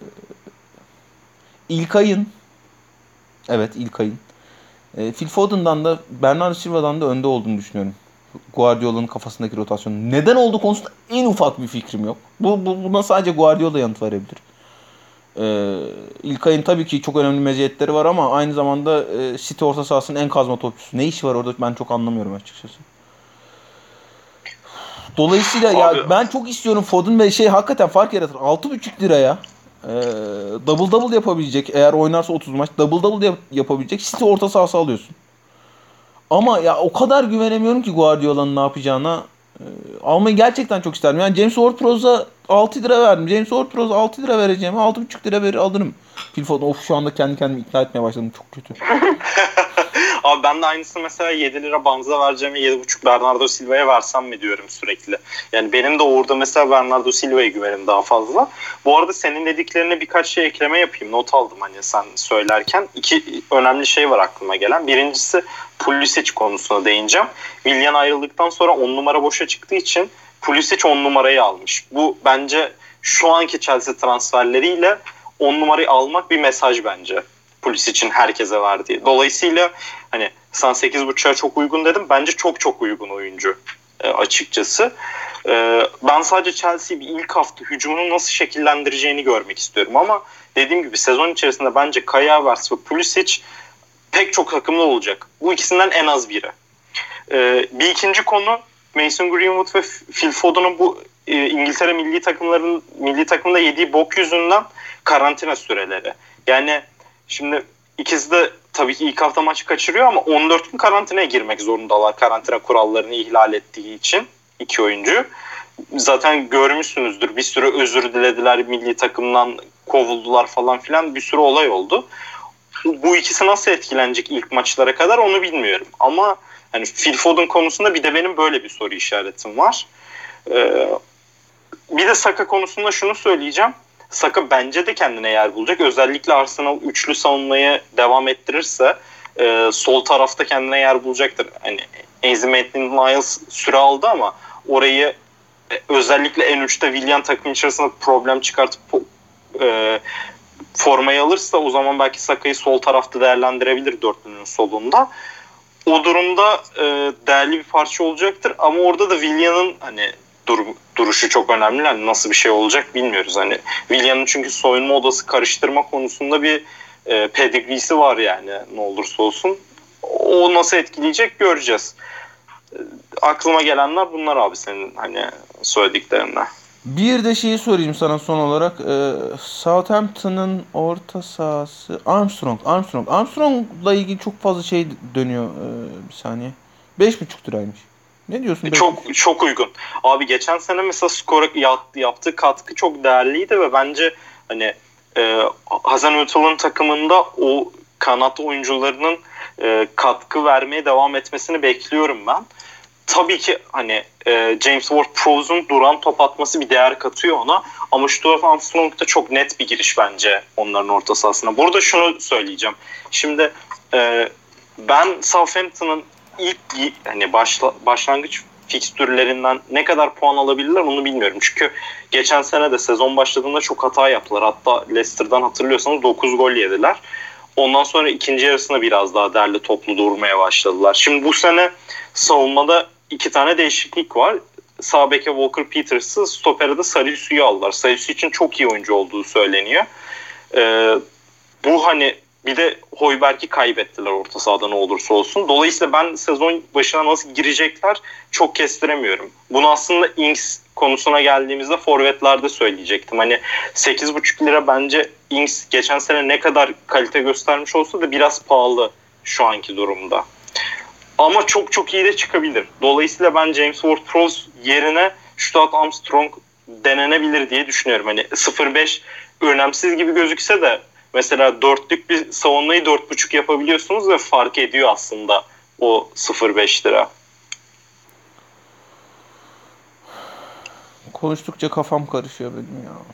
İlkay'ın evet İlkay'ın e, Phil Foden'dan da Bernardo Silva'dan da önde olduğunu düşünüyorum. Guardiola'nın kafasındaki rotasyon. Neden olduğu konusunda en ufak bir fikrim yok. Bu, bu buna sadece Guardiola yanıt verebilir. Ee, İlkay'ın tabii ki çok önemli meziyetleri var ama aynı zamanda e, City orta sahasının en kazma topçusu. Ne işi var orada ben çok anlamıyorum açıkçası. Dolayısıyla Abi, ya ben çok istiyorum Foden ve şey hakikaten fark yaratır. altı buçuk liraya e, double double yapabilecek eğer oynarsa otuz maç double double yap- yapabilecek City orta sahası alıyorsun. Ama ya o kadar güvenemiyorum ki Guardiola'nın ne yapacağına. E, almayı gerçekten çok isterim. Yani James Ward-Prowse'a altı lira verdim. James Ward-Prowse'a altı lira vereceğim. altı buçuk lira verir alırım. Phil Foden of şu anda kendi kendimi ikna etmeye başladım. Çok kötü. Abi ben de aynısını mesela yedi lira Banza vereceğime yedi buçuk Bernardo Silva'ya versem mi diyorum sürekli. Yani benim de orada mesela Bernardo Silva'ya güvenim daha fazla. Bu arada senin dediklerine birkaç şey ekleme yapayım. Not aldım hani sen söylerken. İki önemli şey var aklıma gelen. Birincisi Pulisic konusuna değineceğim. Willian ayrıldıktan sonra on numara boşa çıktığı için Pulisic on numarayı almış. Bu bence şu anki Chelsea transferleriyle on numarayı almak bir mesaj bence. Pulisic'in herkese verdiği. Dolayısıyla hani sen sekiz buçuğa çok uygun dedim. Bence çok çok uygun oyuncu e, açıkçası. E, ben sadece Chelsea'yi bir ilk hafta hücumunu nasıl şekillendireceğini görmek istiyorum. Ama dediğim gibi sezon içerisinde bence Kai Havertz ve Pulisic pek çok takımda olacak. Bu ikisinden en az biri. E, bir ikinci konu Mason Greenwood ve Phil Foden'ın bu e, İngiltere milli takımların milli takımda yediği bok yüzünden karantina süreleri. Yani şimdi ikisi de tabii ki ilk hafta maçı kaçırıyor ama on dört gün karantinaya girmek zorundalar karantina kurallarını ihlal ettiği için iki oyuncu. Zaten görmüşsünüzdür bir sürü özür dilediler milli takımdan kovuldular falan filan bir sürü olay oldu. Bu ikisi nasıl etkilenecek ilk maçlara kadar onu bilmiyorum ama hani Phil Foden konusunda bir de benim böyle bir soru işaretim var. Ee, bir de Saka konusunda şunu söyleyeceğim. Saka bence de kendine yer bulacak. Özellikle Arsenal üçlü savunmayı devam ettirirse e, sol tarafta kendine yer bulacaktır. Hani Ainsley Maitland-Niles süre aldı ama orayı e, özellikle en üçte Willian takım içerisinde problem çıkartıp e, formayı alırsa o zaman belki Saka'yı sol tarafta değerlendirebilir dörtlünün solunda. O durumda e, değerli bir parça olacaktır ama orada da Willian'ın hani dur, duruşu çok önemli. Yani nasıl bir şey olacak bilmiyoruz. Hani Willian'ın çünkü soyunma odası karıştırma konusunda bir e, pedigrisi var yani ne olursa olsun. O nasıl etkileyecek göreceğiz. E, aklıma gelenler bunlar abi senin hani söylediklerinden. Bir de şeyi sorayım sana son olarak. Ee, Southampton'ın orta sahası Armstrong. Armstrong. Armstrong'la ilgili çok fazla şey dönüyor. Ee, bir saniye. beş buçuk liraymış. Ne diyorsun? Çok çok uygun. Abi geçen sene mesela skora yaptığı katkı çok değerliydi ve bence hani e, Hasenhüttl'ın takımında o kanat oyuncularının e, katkı vermeye devam etmesini bekliyorum ben. Tabii ki hani e, James Ward-Prowse'un duran top atması bir değer katıyor ona. Ama Stuart Armstrong da çok net bir giriş bence onların orta sahasına. Burada şunu söyleyeceğim. Şimdi e, ben Southampton'ın ilk hani başla, başlangıç fikstürlerinden ne kadar puan alabilirler onu bilmiyorum. Çünkü geçen sene de sezon başladığında çok hata yaptılar. Hatta Leicester'dan hatırlıyorsanız dokuz gol yediler. Ondan sonra ikinci yarısında biraz daha derli toplu durmaya başladılar. Şimdi bu sene savunmada iki tane değişiklik var. Sağ beke Walker Petters'ı, stopere de Salisu'yu aldılar. Salisu için çok iyi oyuncu olduğu söyleniyor. Ee, bu hani bir de Højbjerg'i kaybettiler orta sahada ne olursa olsun. Dolayısıyla ben sezon başına nasıl girecekler çok kestiremiyorum. Bunu aslında Ings konusuna geldiğimizde forvetlerde söyleyecektim. Hani sekiz buçuk lira bence Ings geçen sene ne kadar kalite göstermiş olsa da biraz pahalı şu anki durumda. Ama çok çok iyi de çıkabilir. Dolayısıyla ben James Ward-Prowse yerine Stuart Armstrong denenebilir diye düşünüyorum. Hani sıfır beş önemsiz gibi gözükse de mesela dörtlük bir savunmayı dört buçuk yapabiliyorsunuz ve fark ediyor aslında o sıfır beş lira. Konuştukça kafam karışıyor benim ya.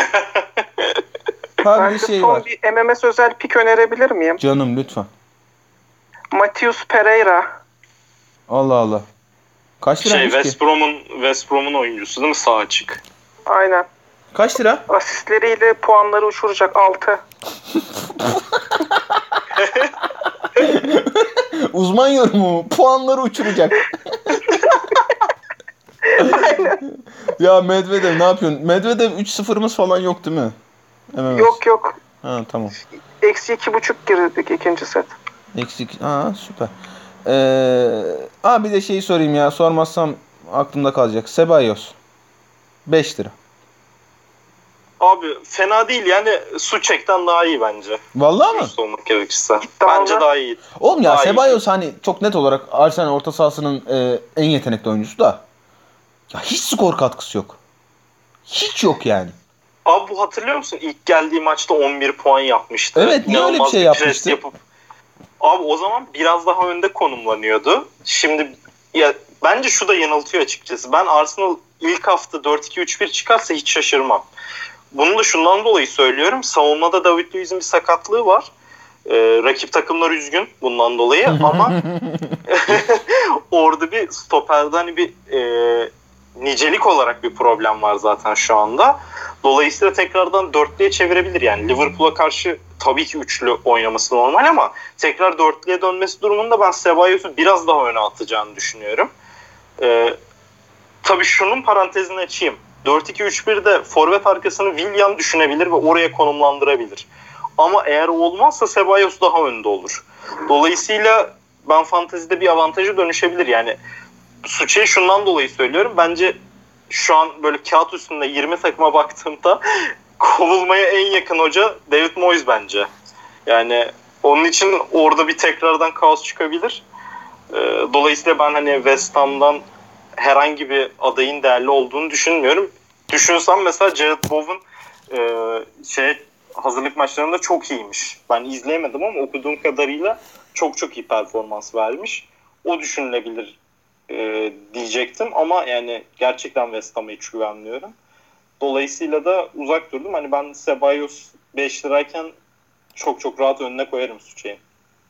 Her bir şey son var. bir M M S özel pik önerebilir miyim? Canım lütfen. Matheus Pereira. Allah Allah. Kaç lira? Şey West Brom'un West Brom'un oyuncusu değil mi? Sağ açık. Aynen. Kaç lira? Asistleriyle puanları uçuracak altı. Uzman yorumu. Puanları uçuracak. Ya Medvedev ne yapıyorsun? Medvedev üç sıfırımız falan yok değil mi? M M S. Yok yok. Ha tamam. Eksi iki buçuk girdik ikinci set. Eksik. Aa süper. Ee, aa bir de şeyi sorayım ya. Sormazsam aklımda kalacak. Ceballos. beş lira. Abi fena değil yani Suçek'ten daha iyi bence. Vallahi mı? Dürüst olmak gerekirse. İddialı. Bence daha iyi. Oğlum ya Daha iyi. Ceballos hani çok net olarak Arsenal orta sahasının e, en yetenekli oyuncusu da. Ya hiç skor katkısı yok. Hiç yok yani. Abi bu hatırlıyor musun? İlk geldiği maçta on bir puan yapmıştı. Evet, niye öyle bir İnanılmaz şey pres yapmıştı? Yapıp... Abi o zaman biraz daha önde konumlanıyordu. Şimdi ya bence şu da yanıltıyor açıkçası. Ben Arsenal ilk hafta dört iki üç bir çıkarsa hiç şaşırmam. Bunu da şundan dolayı söylüyorum. Savunmada David Luiz'in bir sakatlığı var. Ee, rakip takımlar üzgün bundan dolayı ama orada bir stoperde hani bir e, nicelik olarak bir problem var zaten şu anda. Dolayısıyla tekrardan dörtlüye çevirebilir. Yani Liverpool'a karşı tabii ki üçlü oynaması normal ama tekrar dörtlüye dönmesi durumunda ben Cebalos'u biraz daha öne atacağını düşünüyorum. Ee, tabii şunun parantezini açayım. dört iki üç birde forvet arkasını Willian düşünebilir ve oraya konumlandırabilir. Ama eğer o olmazsa Ceballos daha önde olur. Dolayısıyla ben fantezide bir avantajı dönüşebilir. Yani Suçe'yi şundan dolayı söylüyorum. Bence şu an böyle kağıt üstünde yirmi takıma baktığımda kovulmaya en yakın hoca David Moyes bence. Yani onun için orada bir tekrardan kaos çıkabilir. Dolayısıyla ben hani West Ham'dan herhangi bir adayın değerli olduğunu düşünmüyorum. Düşünsem mesela Jared Bowen e, şey hazırlık maçlarında çok iyiymiş. Ben izleyemedim ama okuduğum kadarıyla çok çok iyi performans vermiş. O düşünülebilir e, diyecektim ama yani gerçekten West Ham'a hiç güvenmiyorum. Dolayısıyla da uzak durdum. Hani ben Ceballos beş lirayken çok çok rahat önüne koyarım Suçe'yi.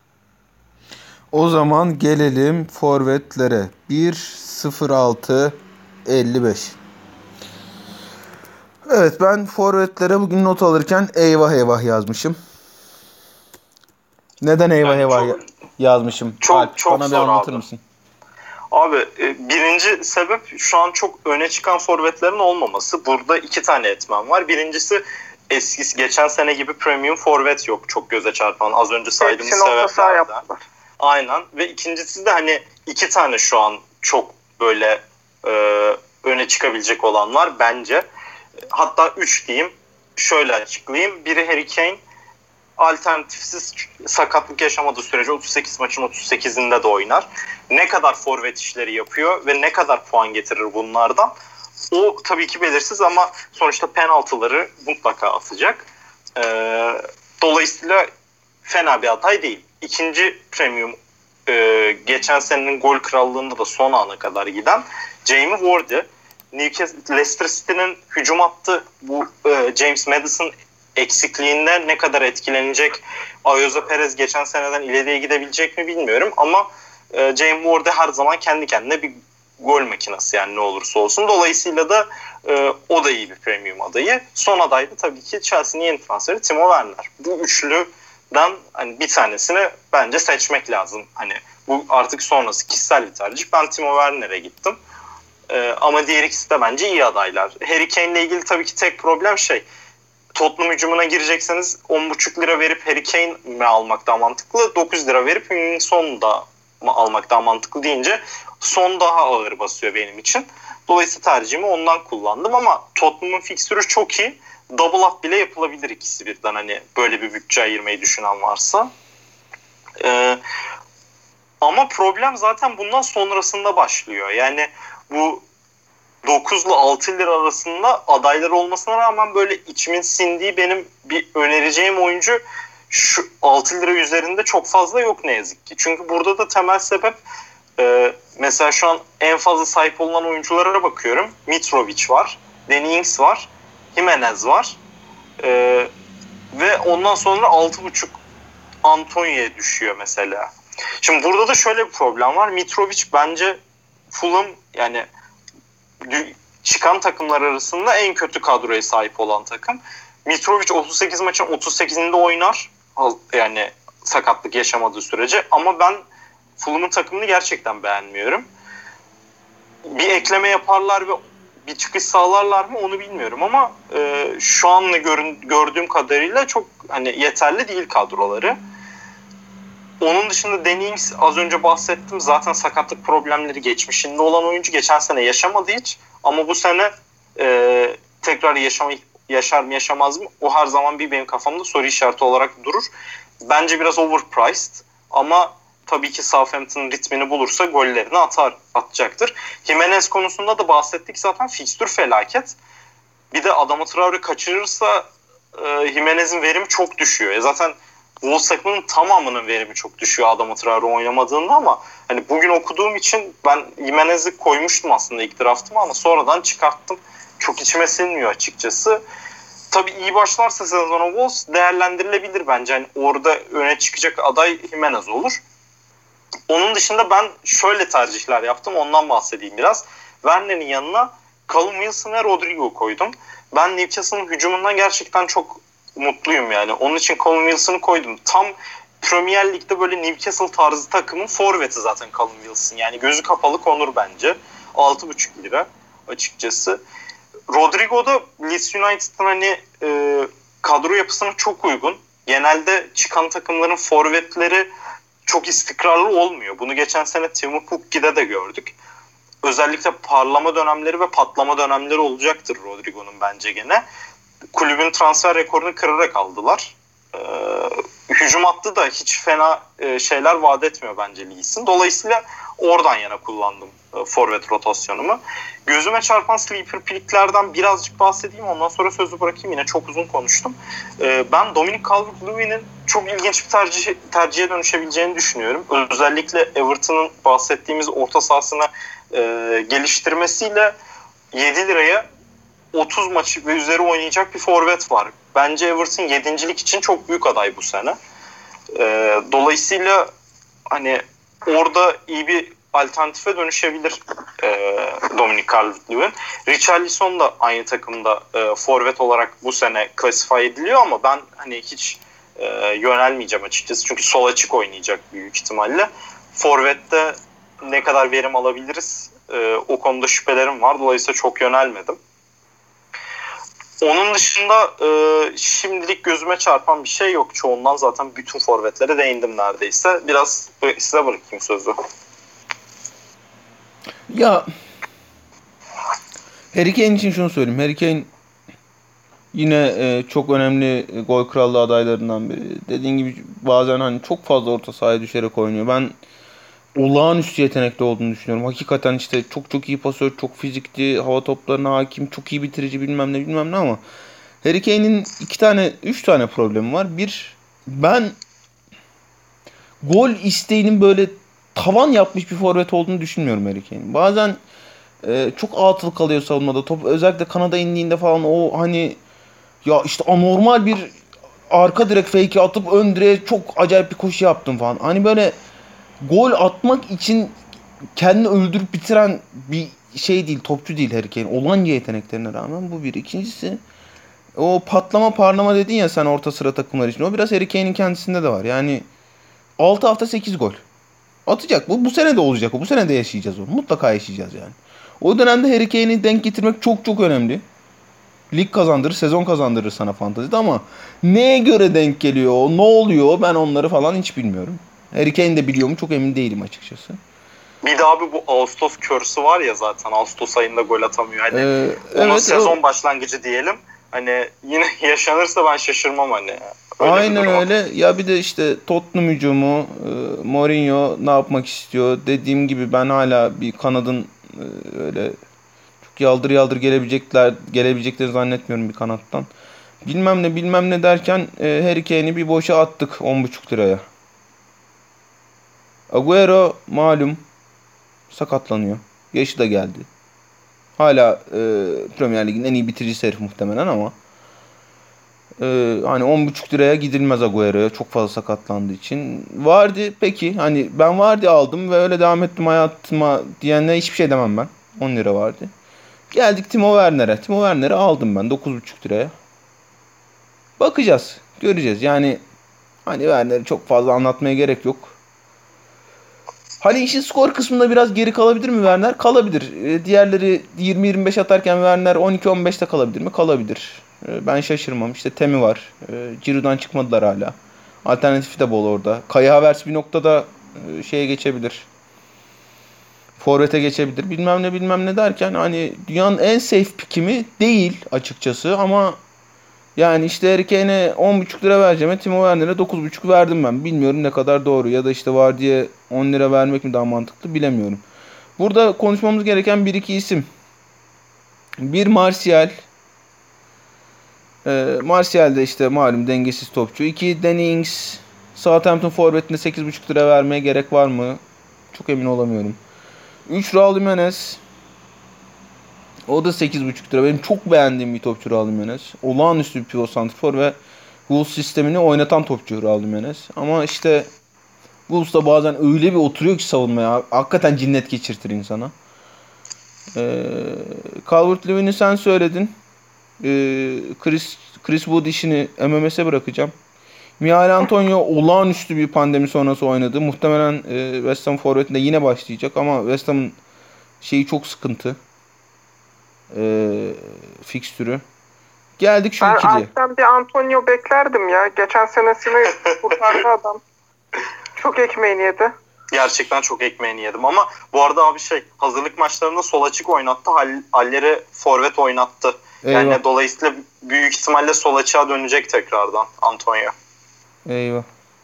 O zaman gelelim forvetlere. bir sıfır altı elli beş. Evet, ben forvetlere bugün not alırken eyvah eyvah yazmışım. Neden eyvah Yani eyvah çok, ya- yazmışım? Çok Alp, çok bana bir zor anlatır abi. mısın? Abi birinci sebep şu an çok öne çıkan forvetlerin olmaması. Burada iki tane etmen var. Birincisi eskisi geçen sene gibi premium forvet yok. Çok göze çarpan az önce saydığımız Hepsini orta saha sebeplerden. yaptılar. Aynen ve ikincisi de hani iki tane şu an çok böyle e, öne çıkabilecek olan var bence. Hatta üç diyeyim. Şöyle açıklayayım. Biri Harry Kane. Alternatifsiz sakatlık yaşamadığı sürece otuz sekiz maçın otuz sekizinde de oynar. Ne kadar forvet işleri yapıyor ve ne kadar puan getirir bunlardan? O tabii ki belirsiz ama sonuçta penaltıları mutlaka atacak. Ee, dolayısıyla fena bir aday değil. İkinci premium e, geçen senenin gol krallığında da son ana kadar giden Jamie Vardy. Newcastle, Leicester City'nin hücum hattı bu e, James Maddison eksikliğinde ne kadar etkilenecek? Ayoza Perez geçen seneden ileriye gidebilecek mi bilmiyorum ama e, Jamie Vardy her zaman kendi kendine bir gol makinesi yani ne olursa olsun. Dolayısıyla da e, o da iyi bir premium adayı. Son aday da tabii ki Chelsea'nin yeni transferi Timo Werner. Bu üçlüden hani bir tanesini bence seçmek lazım. Hani bu artık sonrası kişisel bir tercih. Ben Timo Werner'e gittim. E, ama diğer ikisi de bence iyi adaylar. Harry Kane'le ilgili tabii ki tek problem şey Tottenham hücumuna girecekseniz on buçuk lira verip Harry Kane mi almak daha mantıklı? dokuz lira verip Heung-min Son'u da mı almak daha mantıklı deyince Son daha ağır basıyor benim için. Dolayısıyla tercihimi ondan kullandım ama Tottenham'ın fikstürü çok iyi. Double up bile yapılabilir ikisi birden hani böyle bir bütçe ayırmayı düşünen varsa. Ee, ama problem zaten bundan sonrasında başlıyor. Yani bu dokuz ile altı lira arasında adaylar olmasına rağmen böyle içimin sindiği benim bir önereceğim oyuncu şu altı lira üzerinde çok fazla yok ne yazık ki. Çünkü burada da temel sebep e, mesela şu an en fazla sahip olunan oyunculara bakıyorum. Mitrovic var, Danny Ings var, Jimenez var e, ve ondan sonra altı buçuk Antonio'ya düşüyor mesela. Şimdi burada da şöyle bir problem var. Mitrovic bence Fulham yani çıkan takımlar arasında en kötü kadroya sahip olan takım. Mitrovic otuz sekiz maçın otuz sekizinde oynar. Yani sakatlık yaşamadığı sürece. Ama ben Fulham'ın takımını gerçekten beğenmiyorum. Bir ekleme yaparlar ve bir çıkış sağlarlar mı onu bilmiyorum ama e, şu anla görün, gördüğüm kadarıyla çok hani yeterli değil kadroları. Onun dışında Danny Ings az önce bahsettim. Zaten sakatlık problemleri geçmişinde olan oyuncu. Geçen sene yaşamadı hiç. Ama bu sene e, tekrar yaşama, yaşar mı yaşamaz mı? O her zaman bir benim kafamda soru işareti olarak durur. Bence biraz overpriced. Ama tabii ki Southampton ritmini bulursa gollerini atar, atacaktır. Jimenez konusunda da bahsettik zaten. Fikstür felaket. Bir de Adama Traore kaçırırsa e, Jimenez'in verimi çok düşüyor. E zaten Wolves takımının tamamının verimi çok düşüyor Adama Traore oynamadığında ama hani bugün okuduğum için ben Jimenez'i koymuştum aslında ilk draftıma ama sonradan çıkarttım. Çok içime sinmiyor açıkçası. Tabii iyi başlarsa sezona Wolves değerlendirilebilir bence. Yani orada öne çıkacak aday Jimenez olur. Onun dışında ben şöyle tercihler yaptım. Ondan bahsedeyim biraz. Werner'in yanına Callum Wilson ve Rodrigo koydum. Ben Newcastle'ın hücumundan gerçekten çok mutluyum yani. Onun için Callum Wilson'ı koydum. Tam Premier Lig'de böyle Newcastle tarzı takımın forveti zaten Callum Wilson. Yani gözü kapalı konur bence. altı buçuk lira açıkçası. Rodrigo da Leeds United'ın hani e, kadro yapısına çok uygun. Genelde çıkan takımların forvetleri çok istikrarlı olmuyor. Bunu geçen sene Timo Pukki'de de gördük. Özellikle parlama dönemleri ve patlama dönemleri olacaktır Rodrigo'nun bence gene. Kulübün transfer rekorunu kırarak aldılar. Ee, hücum hattı da hiç fena e, şeyler vaat etmiyor bence Lee'sin. Dolayısıyla oradan yana kullandım e, forvet rotasyonumu. Gözüme çarpan sleeper picklerden birazcık bahsedeyim. Ondan sonra sözü bırakayım. Yine çok uzun konuştum. E, ben Dominic Calvert-Lewin'in çok ilginç bir tercih, tercihe dönüşebileceğini düşünüyorum. Özellikle Everton'ın bahsettiğimiz orta sahasını e, geliştirmesiyle yedi liraya otuz maçı ve üzeri oynayacak bir forvet var. Bence Everton yedincilik için çok büyük aday bu sene. Ee, dolayısıyla hani orada iyi bir alternatife döneşebilir e, Dominic Calvert-Lewin. Richarlison da aynı takımda e, forvet olarak bu sene klasify ediliyor ama ben hani hiç e, yönelmeyeceğim açıkçası. Çünkü sol açık oynayacak büyük ihtimalle. Forvet'te ne kadar verim alabiliriz e, o konuda şüphelerim var. Dolayısıyla çok yönelmedim. Onun dışında e, şimdilik gözüme çarpan bir şey yok. Çoğundan zaten bütün forvetlere değindim neredeyse. Biraz size bırakayım sözü. Ya Harry Kane için şunu söyleyeyim. Harry Kane yine e, çok önemli gol krallığı adaylarından biri. Dediğin gibi bazen hani çok fazla orta sahaya düşerek oynuyor. Ben olağanüstü yetenekli olduğunu düşünüyorum. Hakikaten işte çok çok iyi pasör, çok fizikli, hava toplarına hakim, çok iyi bitirici bilmem ne bilmem ne ama Harry Kane'in iki tane, üç tane problemi var. Bir, ben gol isteğinin böyle tavan yapmış bir forvet olduğunu düşünmüyorum Harry Kane'in. Bazen e, çok atıl kalıyor savunmada. Top özellikle kanada indiğinde falan o hani ya işte anormal bir arka direk fake'i atıp ön direğe çok acayip bir koşu yaptım falan. Hani böyle gol atmak için kendini öldürüp bitiren bir şey değil, topçu değil Harry Kane. Olanca yeteneklerine rağmen bu bir. İkincisi o patlama parlama dedin ya sen orta sıra takımlar için. O biraz Harry Kane'in kendisinde de var. Yani altı hafta sekiz gol. Atacak. Bu bu sene de olacak. Bu sene de yaşayacağız onu. Mutlaka yaşayacağız yani. O dönemde Harry Kane'i denk getirmek çok çok önemli. Lig kazandırır, sezon kazandırır sana fantezide ama neye göre denk geliyor, ne oluyor ben onları falan hiç bilmiyorum. Harry Kane de biliyor mu çok emin değilim açıkçası. Bir de abi bu Ağustos körsü var ya zaten Ağustos ayında gol atamıyor. Hani Ee, ona evet, sezon o... başlangıcı diyelim. Hani yine yaşanırsa ben şaşırmam hani. Öyle Aynen öyle. Ya bir de işte Tottenham hücumu, e, Mourinho ne yapmak istiyor? Dediğim gibi ben hala bir kanadın e, öyle çok yaldır yaldır gelebilecekler gelebileceklerini zannetmiyorum bir kanattan. Bilmem ne bilmem ne derken e, Harry Kane'i bir boşa attık on buçuk liraya. Agüero malum sakatlanıyor. Yaşı da geldi. Hala e, Premier Lig'in en iyi bitiricisi herif muhtemelen ama Ee, hani on buçuk liraya gidilmez Agüero'ya çok fazla sakatlandığı için. Vardy peki hani ben Vardy aldım ve öyle devam ettim hayatıma diyenlere hiçbir şey demem ben. on lira Vardy. Geldik Timo Werner'e. Timo Werner'i aldım ben dokuz buçuk liraya. Bakacağız. Göreceğiz. Yani hani Werner'i çok fazla anlatmaya gerek yok. Hani işin skor kısmında biraz geri kalabilir mi Werner? Kalabilir. Ee, diğerleri yirmi yirmi beş atarken Werner on iki on beşte kalabilir mi? Kalabilir. Ee, ben şaşırmam. İşte Temi var. Ee, Giroud'dan çıkmadılar hala. Alternatifi de bol orada. Kai Havertz bir noktada e, şeye geçebilir. Forvet'e geçebilir. Bilmem ne bilmem ne derken hani dünyanın en safe pick'i mi? Değil açıkçası ama yani işte Harry Kane'e on buçuk lira vereceğime Timo Werner'e dokuz buçuk verdim ben. Bilmiyorum ne kadar doğru ya da işte var diye on lira vermek mi daha mantıklı bilemiyorum. Burada konuşmamız gereken bir iki isim. Bir Martial. Ee, Martial de işte malum dengesiz topçu. İki Danny Ings. Southampton forvetinde sekiz buçuk lira vermeye gerek var mı? Çok emin olamıyorum. üç Raul Jimenez. O da sekiz buçuk lira. Benim çok beğendiğim bir topçu Raul Jimenez. Olağanüstü bir pivot santrfor ve Wolves sistemini oynatan topçu Raul Jimenez. Ama işte Wolves da bazen öyle bir oturuyor ki savunmaya. Hakikaten cinnet geçirtir insana. Ee, Calvert-Lewin'i sen söyledin. Ee, Chris, Chris Wood işini M M S'e bırakacağım. Mihail Antonio olağanüstü bir pandemi sonrası oynadı. Muhtemelen e, West Ham forvetinde yine başlayacak ama West Ham'ın şeyi çok sıkıntı. E, fikstürü. Geldik şu Ben ikiliye. Alp'ten bir Antonio beklerdim ya. Geçen senesini kurtardı adam. Çok ekmeğini yedi. Gerçekten çok ekmeğini yedim ama bu arada abi şey hazırlık maçlarında sol açık oynattı. Hall- Haller'i forvet oynattı. Yani Eyvah. dolayısıyla büyük ihtimalle sol açığa dönecek tekrardan Antonio. Eyvah.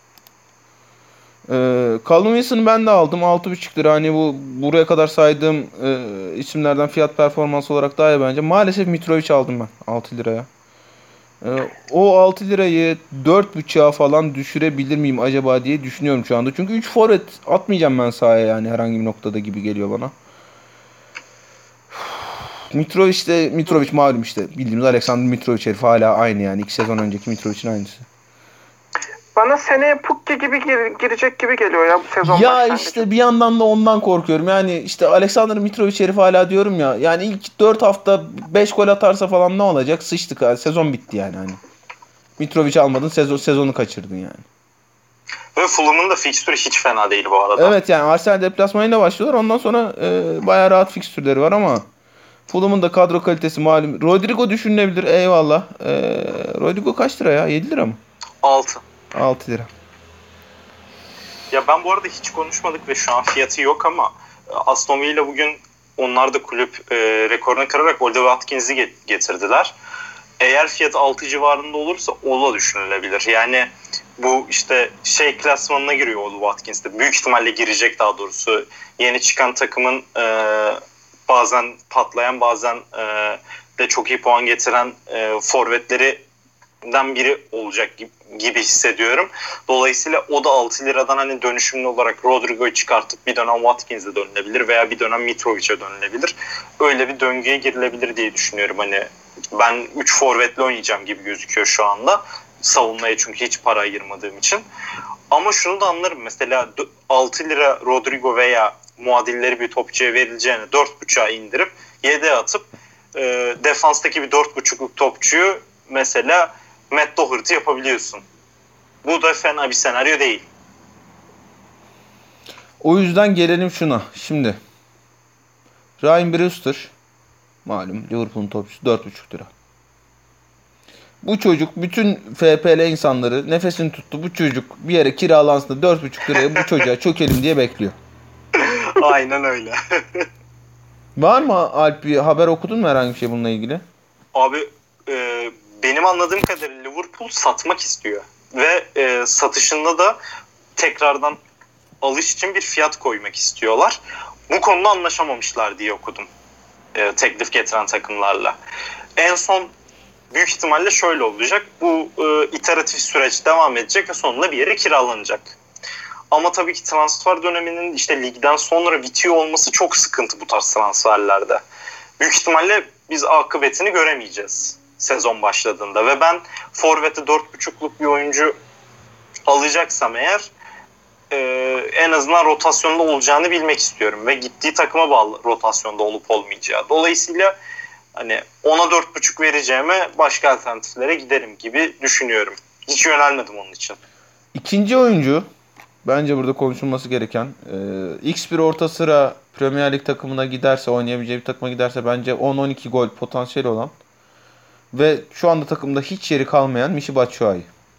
Ee, Callum Wilson'ı ben de aldım. altı buçuk lira. Hani bu buraya kadar saydığım e, isimlerden fiyat performans olarak daha iyi bence. Maalesef Mitrovic aldım ben altı liraya. Ee, o altı lirayı dört buçuğa falan düşürebilir miyim acaba diye düşünüyorum şu anda. Çünkü üç forvet atmayacağım ben sahaya yani herhangi bir noktada gibi geliyor bana. Mitrovic de Mitrovic malum işte bildiğimiz Alexander Mitrovic herif hala aynı yani. iki sezon önceki Mitrovic'in aynısı. Bana seneye Pukki gibi gir- girecek gibi geliyor ya bu sezon Ya başlangıcı. işte bir yandan da ondan korkuyorum. Yani işte Alexander Mitrovic herif hala diyorum ya. Yani ilk dört hafta beş gol atarsa falan ne olacak? Sıçtık ha. Sezon bitti yani hani. Mitrovic almadın sezon sezonu kaçırdın yani. Ve Fulham'ın da fikstürü hiç fena değil bu arada. Evet yani Arsenal deplasmanıyla başlıyorlar. Ondan sonra e, bayağı rahat fikstürleri var ama Fulham'ın da kadro kalitesi malum. Rodrigo düşünülebilir. Eyvallah. E, Rodrigo kaç lira ya? yedi lira mı? altı. altı lira. Ya ben bu arada hiç konuşmadık ve şu an fiyatı yok ama Aston Villa bugün onlar da kulüp e, rekorunu kırarak Oliver Watkins'i get- getirdiler. Eğer fiyat altı civarında olursa o da düşünülebilir. Yani bu işte şey klasmanına giriyor Oliver Watkins'te. Büyük ihtimalle girecek daha doğrusu. Yeni çıkan takımın e, bazen patlayan bazen e, de çok iyi puan getiren e, forvetlerinden biri olacak gibi, gibi hissediyorum. Dolayısıyla o da altı liradan hani dönüşümlü olarak Rodrigo'yu çıkartıp bir dönem Watkins'e dönülebilir veya bir dönem Mitrovic'e dönülebilir. Öyle bir döngüye girilebilir diye düşünüyorum. Hani ben üç forvetle oynayacağım gibi gözüküyor şu anda. Savunmaya çünkü hiç para ayırmadığım için. Ama şunu da anlarım. Mesela altı lira Rodrigo veya muadilleri bir topçuya verileceğine dört buçuğa indirip yediye atıp e, defanstaki bir dört buçukluk topçuyu mesela Matt Doherty yapabiliyorsun. Bu da fena bir senaryo değil. O yüzden gelelim şuna. Şimdi Ryan Brewster malum Liverpool'un topçusu dört buçuk lira. Bu çocuk bütün F P L insanları nefesini tuttu. Bu çocuk bir yere kiralansın da dört buçuk liraya bu çocuğa çökelim diye bekliyor. Aynen öyle. Var mı Alp bir haber okudun mu herhangi bir şey bununla ilgili? Abi e, benim anladığım kadarıyla Liverpool satmak istiyor. Ve e, satışında da tekrardan alış için bir fiyat koymak istiyorlar. Bu konuda anlaşamamışlar diye okudum. E, teklif getiren takımlarla. En son büyük ihtimalle şöyle olacak. Bu e, iteratif süreç devam edecek ve sonunda bir yere kiralanacak. Ama tabii ki transfer döneminin işte ligden sonra bitiyor olması çok sıkıntı bu tarz transferlerde. Büyük ihtimalle biz akıbetini göremeyeceğiz. sezon başladığında ve ben forvete dört buçukluk bir oyuncu alacaksam eğer e, en azından rotasyonda olacağını bilmek istiyorum ve gittiği takıma bağlı rotasyonda olup olmayacağı. Dolayısıyla hani ona dört buçuk vereceğime başka alternatiflere giderim gibi düşünüyorum. Hiç yönelmedim onun için. İkinci oyuncu bence burada konuşulması gereken e, X bir orta sıra Premier Lig takımına giderse, oynayabileceği bir takıma giderse bence on on iki gol potansiyeli olan ve şu anda takımda hiç yeri kalmayan Michy Batshuayi.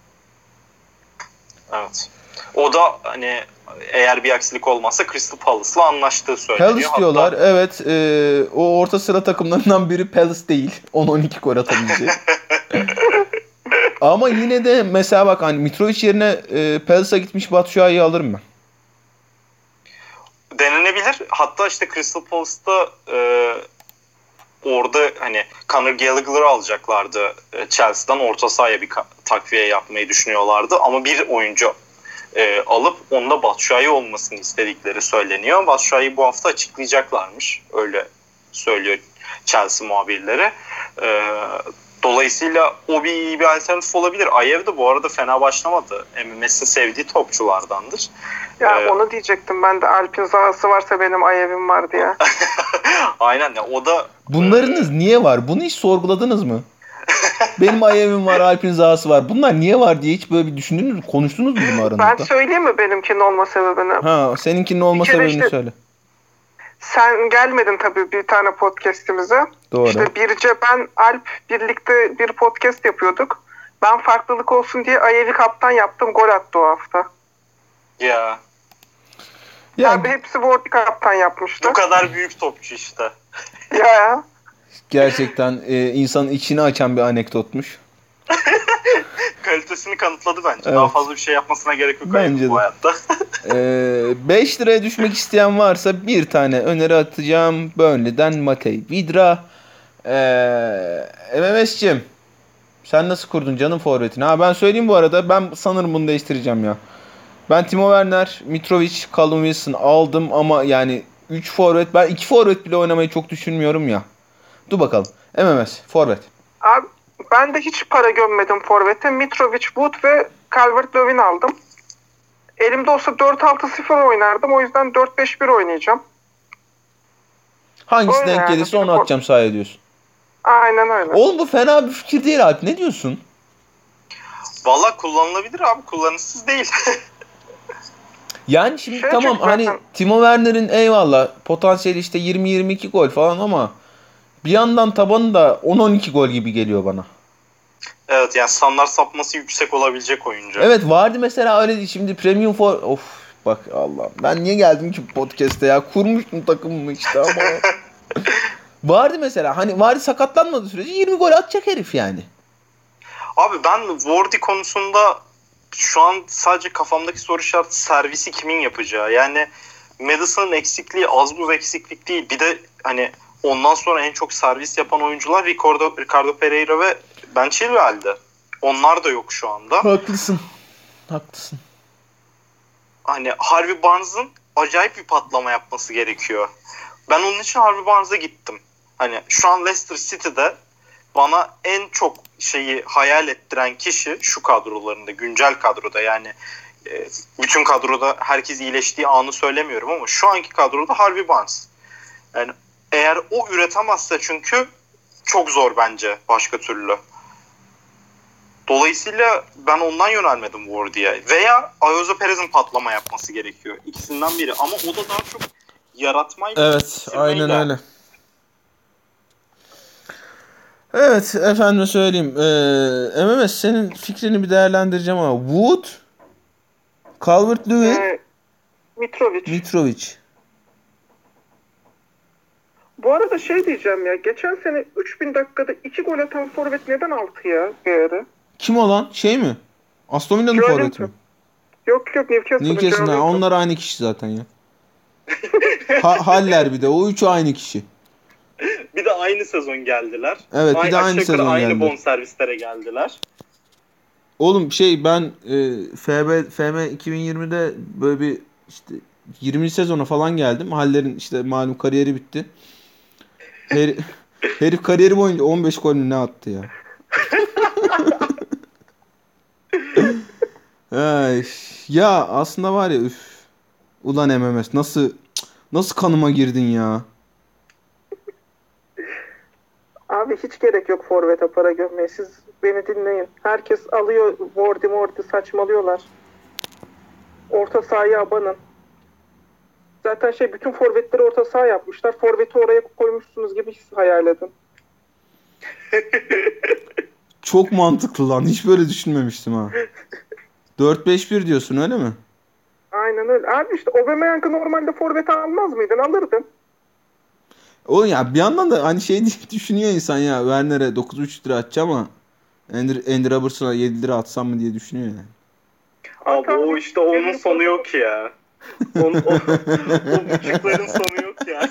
Evet. O da hani eğer bir aksilik olmazsa Crystal Palace'la anlaştığı söyleniyor. Palace diyorlar. Hatta... Evet. E, o orta sıra takımlarından biri Palace değil. on on iki gol atabilecek. Ama yine de mesela bak hani Mitrovic yerine e, Palace'a gitmiş Batshuayi'yi alırım ben. Denenebilir. Hatta işte Crystal Palace'da e, orada hani Conor Gallagher'ı alacaklardı e, Chelsea'den. Orta sahaya bir ka- takviye yapmayı düşünüyorlardı. Ama bir oyuncu e, alıp onda Batshuayi olmasını istedikleri söyleniyor. Batshuayi'yi bu hafta açıklayacaklarmış. Öyle söylüyor Chelsea muhabirleri. E, dolayısıyla o bir iyi bir alternatif olabilir. Ayew de bu arada fena başlamadı. M M S'in sevdiği topçulardandır. Ya Ee, onu diyecektim ben de. Alp'in sahası varsa benim Ayev'im var diye. Aynen ya, o da Bunlarınız niye var? Bunu hiç sorguladınız mı? Benim Ayev'im var, Alp'in Zaha'sı var. Bunlar niye var diye hiç böyle bir düşündünüz mü? Konuştunuz mu bunu aranızda? Ben söyleyeyim mi benimkinin olma sebebini? Ha, seninkinin olma Bir kere sebebini işte- söyle. Sen gelmedin tabii bir tane podcast'imize. Doğru. İşte Birce, ben, Alp birlikte bir podcast yapıyorduk. Ben farklılık olsun diye Ayev'i kaptan yaptım. Gol attı o hafta. ya Ya Abi hepsi Ward'i kaptan yapmıştı. bu kadar büyük topçu işte. Ya. gerçekten e, insanın içini açan bir anekdotmuş. Kalitesini kanıtladı bence. Evet. Daha fazla bir şey yapmasına gerek yok Bence Ayev'in bu de. hayatta. beş liraya düşmek isteyen varsa bir tane öneri atacağım. Burnley'den Matej Vydra. Ee, M M S'cim sen nasıl kurdun canım forvetini? Ha, ben söyleyeyim bu arada. Ben sanırım bunu değiştireceğim ya. Ben Timo Werner, Mitrovic, Callum Wilson aldım ama yani üç forvet. Ben iki forvet bile oynamayı çok düşünmüyorum ya. Dur bakalım. M M S forvet. Abi ben de hiç para gömmedim forvete. Mitrovic, Wood ve Calvert-Lewin aldım. Elimde olsa dört altı sıfır oynardım. O yüzden dört beş bir oynayacağım. Hangisi Öyle denk yani. gelirse onu atacağım sahaya diyorsun. Aynen öyle. Oğlum bu fena bir fikir değil Alp. Ne diyorsun? Valla kullanılabilir abi. Kullanışsız değil. Yani şimdi Şey tamam çünkü hani zaten- Timo Werner'in eyvallah potansiyeli işte yirmi yirmi iki gol falan ama bir yandan tabanı da on on iki gol gibi geliyor bana. Evet, yani standart sapması yüksek olabilecek oyuncu. Evet vardı mesela öyle değil. Şimdi premium for of bak Allah ben niye geldim ki bu podcast'e ya kurmuştum takımımı işte ama vardı mesela hani Vardy sakatlanmadığı sürece yirmi gol atacak herif yani. Abi ben Wardy konusunda şu an sadece kafamdaki soru işareti servisi kimin yapacağı. Yani Madison'ın eksikliği az buz eksiklik değil. Bir de hani ondan sonra en çok servis yapan oyuncular Ricardo, Ricardo Pereira ve Ben Chilwell'di. Onlar da yok şu anda. Haklısın. Haklısın. Hani Harvey Barnes'ın acayip bir patlama yapması gerekiyor. Ben onun için Harvey Barnes'a gittim. Hani şu an Leicester City'de bana en çok şeyi hayal ettiren kişi şu kadrolarında, güncel kadroda yani e, bütün kadroda herkes iyileştiği anı söylemiyorum ama şu anki kadroda Harvey Barnes. Yani eğer o üretemezse çünkü çok zor bence başka türlü. Dolayısıyla ben ondan yönelmedim Wardy'ye. Veya Ayoze Perez'in patlama yapması gerekiyor. İkisinden biri. Ama o da daha çok yaratmayla... Evet bitirmeyle. aynen öyle. Evet efendim söyleyeyim. Ee, M M S senin fikrini bir değerlendireceğim ama Wood, Calvert-Lewin, Ee, Mitrovic. Mitrovic. Bu arada şey diyeceğim ya. Geçen sene üç bin dakikada iki gol atan forvet neden altı ya bir ara? Kim olan? Şey mi? Aston Villa'nın Joe forveti mi? Linton. Yok yok Newcastle'ın. Newcastle'ın. Joe ha, Linton. Onlar aynı kişi zaten ya. Ha, Haller bir de. O üçü aynı kişi. Bir de aynı sezon geldiler. Evet, bir de aynı aşağı yukarı sezon aynı geldiler. bonservislere geldiler. Oğlum şey ben e, F B F M iki bin yirmide böyle bir işte yirminci sezona falan geldim. Haller'in işte malum kariyeri bitti. Her, herif kariyeri boyunca on beş gol mü ne attı ya. Ay, ya aslında var ya üf. Ulan M M S nasıl nasıl kanıma girdin ya? Abi hiç gerek yok forvete para gömmeye. Siz beni dinleyin. Herkes alıyor Wardy Morty saçmalıyorlar. Orta sahaya abanın. Zaten şey bütün forvetleri orta saha yapmışlar. Forveti oraya koymuşsunuz gibi hayal edin. Çok mantıklı lan. Hiç böyle düşünmemiştim ha. dört beş bir diyorsun öyle mi? Aynen öyle. Abi işte Aubameyang'ı normalde forvete almaz mıydın? Alırdın. O ya bir yandan da hani şey diye düşünüyor insan ya. Werner'e dokuz buçuk lira atacağım ama Andy, Andy Robertson'a yedi lira atsam mı diye düşünüyor yani. Abi o işte onun sonu yok ya. Onun, o, o buçukların sonu yok ya.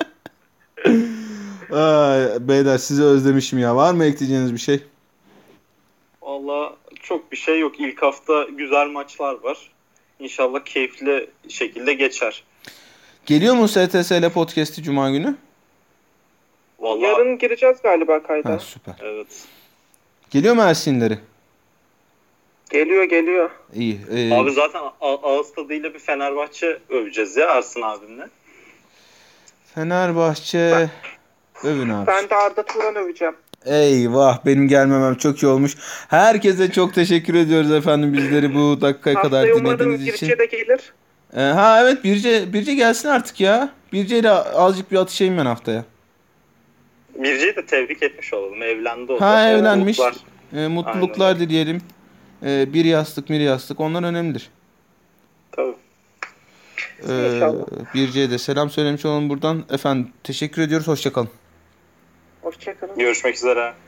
Ay, beyler sizi özlemişim ya. Var mı ekleyeceğiniz bir şey? Valla çok bir şey yok. İlk hafta güzel maçlar var. İnşallah keyifli şekilde geçer. Geliyor mu S T S L podcast'i Cuma günü? Vallahi Yarın gireceğiz galiba kayda. Ha, süper. evet. Geliyor mu Ersinleri? Geliyor geliyor. İyi. Ee, Abi zaten A- ağız tadıyla bir Fenerbahçe öveceğiz ya Ersin abimle. Fenerbahçe övün abi. Ben de Arda Turan öveceğim. Eyvah benim gelmemem çok iyi olmuş. Herkese çok teşekkür ediyoruz efendim bizleri bu dakikaya kadar Haftaya umarım dinlediğiniz için. Birce de gelir. Ee, ha evet Birce, Birce gelsin artık ya. Birce ile azıcık bir atışayım ben haftaya. Birce'yi de tebrik etmiş olalım. Evlendi o da. Ha evlenmiş. Mutluluklar. Ee, mutluluklar Aynen. dileyelim. Ee, bir yastık bir yastık onlar önemlidir. Tabii. Ee, İnşallah. Birce'ye de selam söylemiş olalım buradan. Efendim teşekkür ediyoruz. Hoşçakalın. Hoşçakalın. Görüşmek üzere.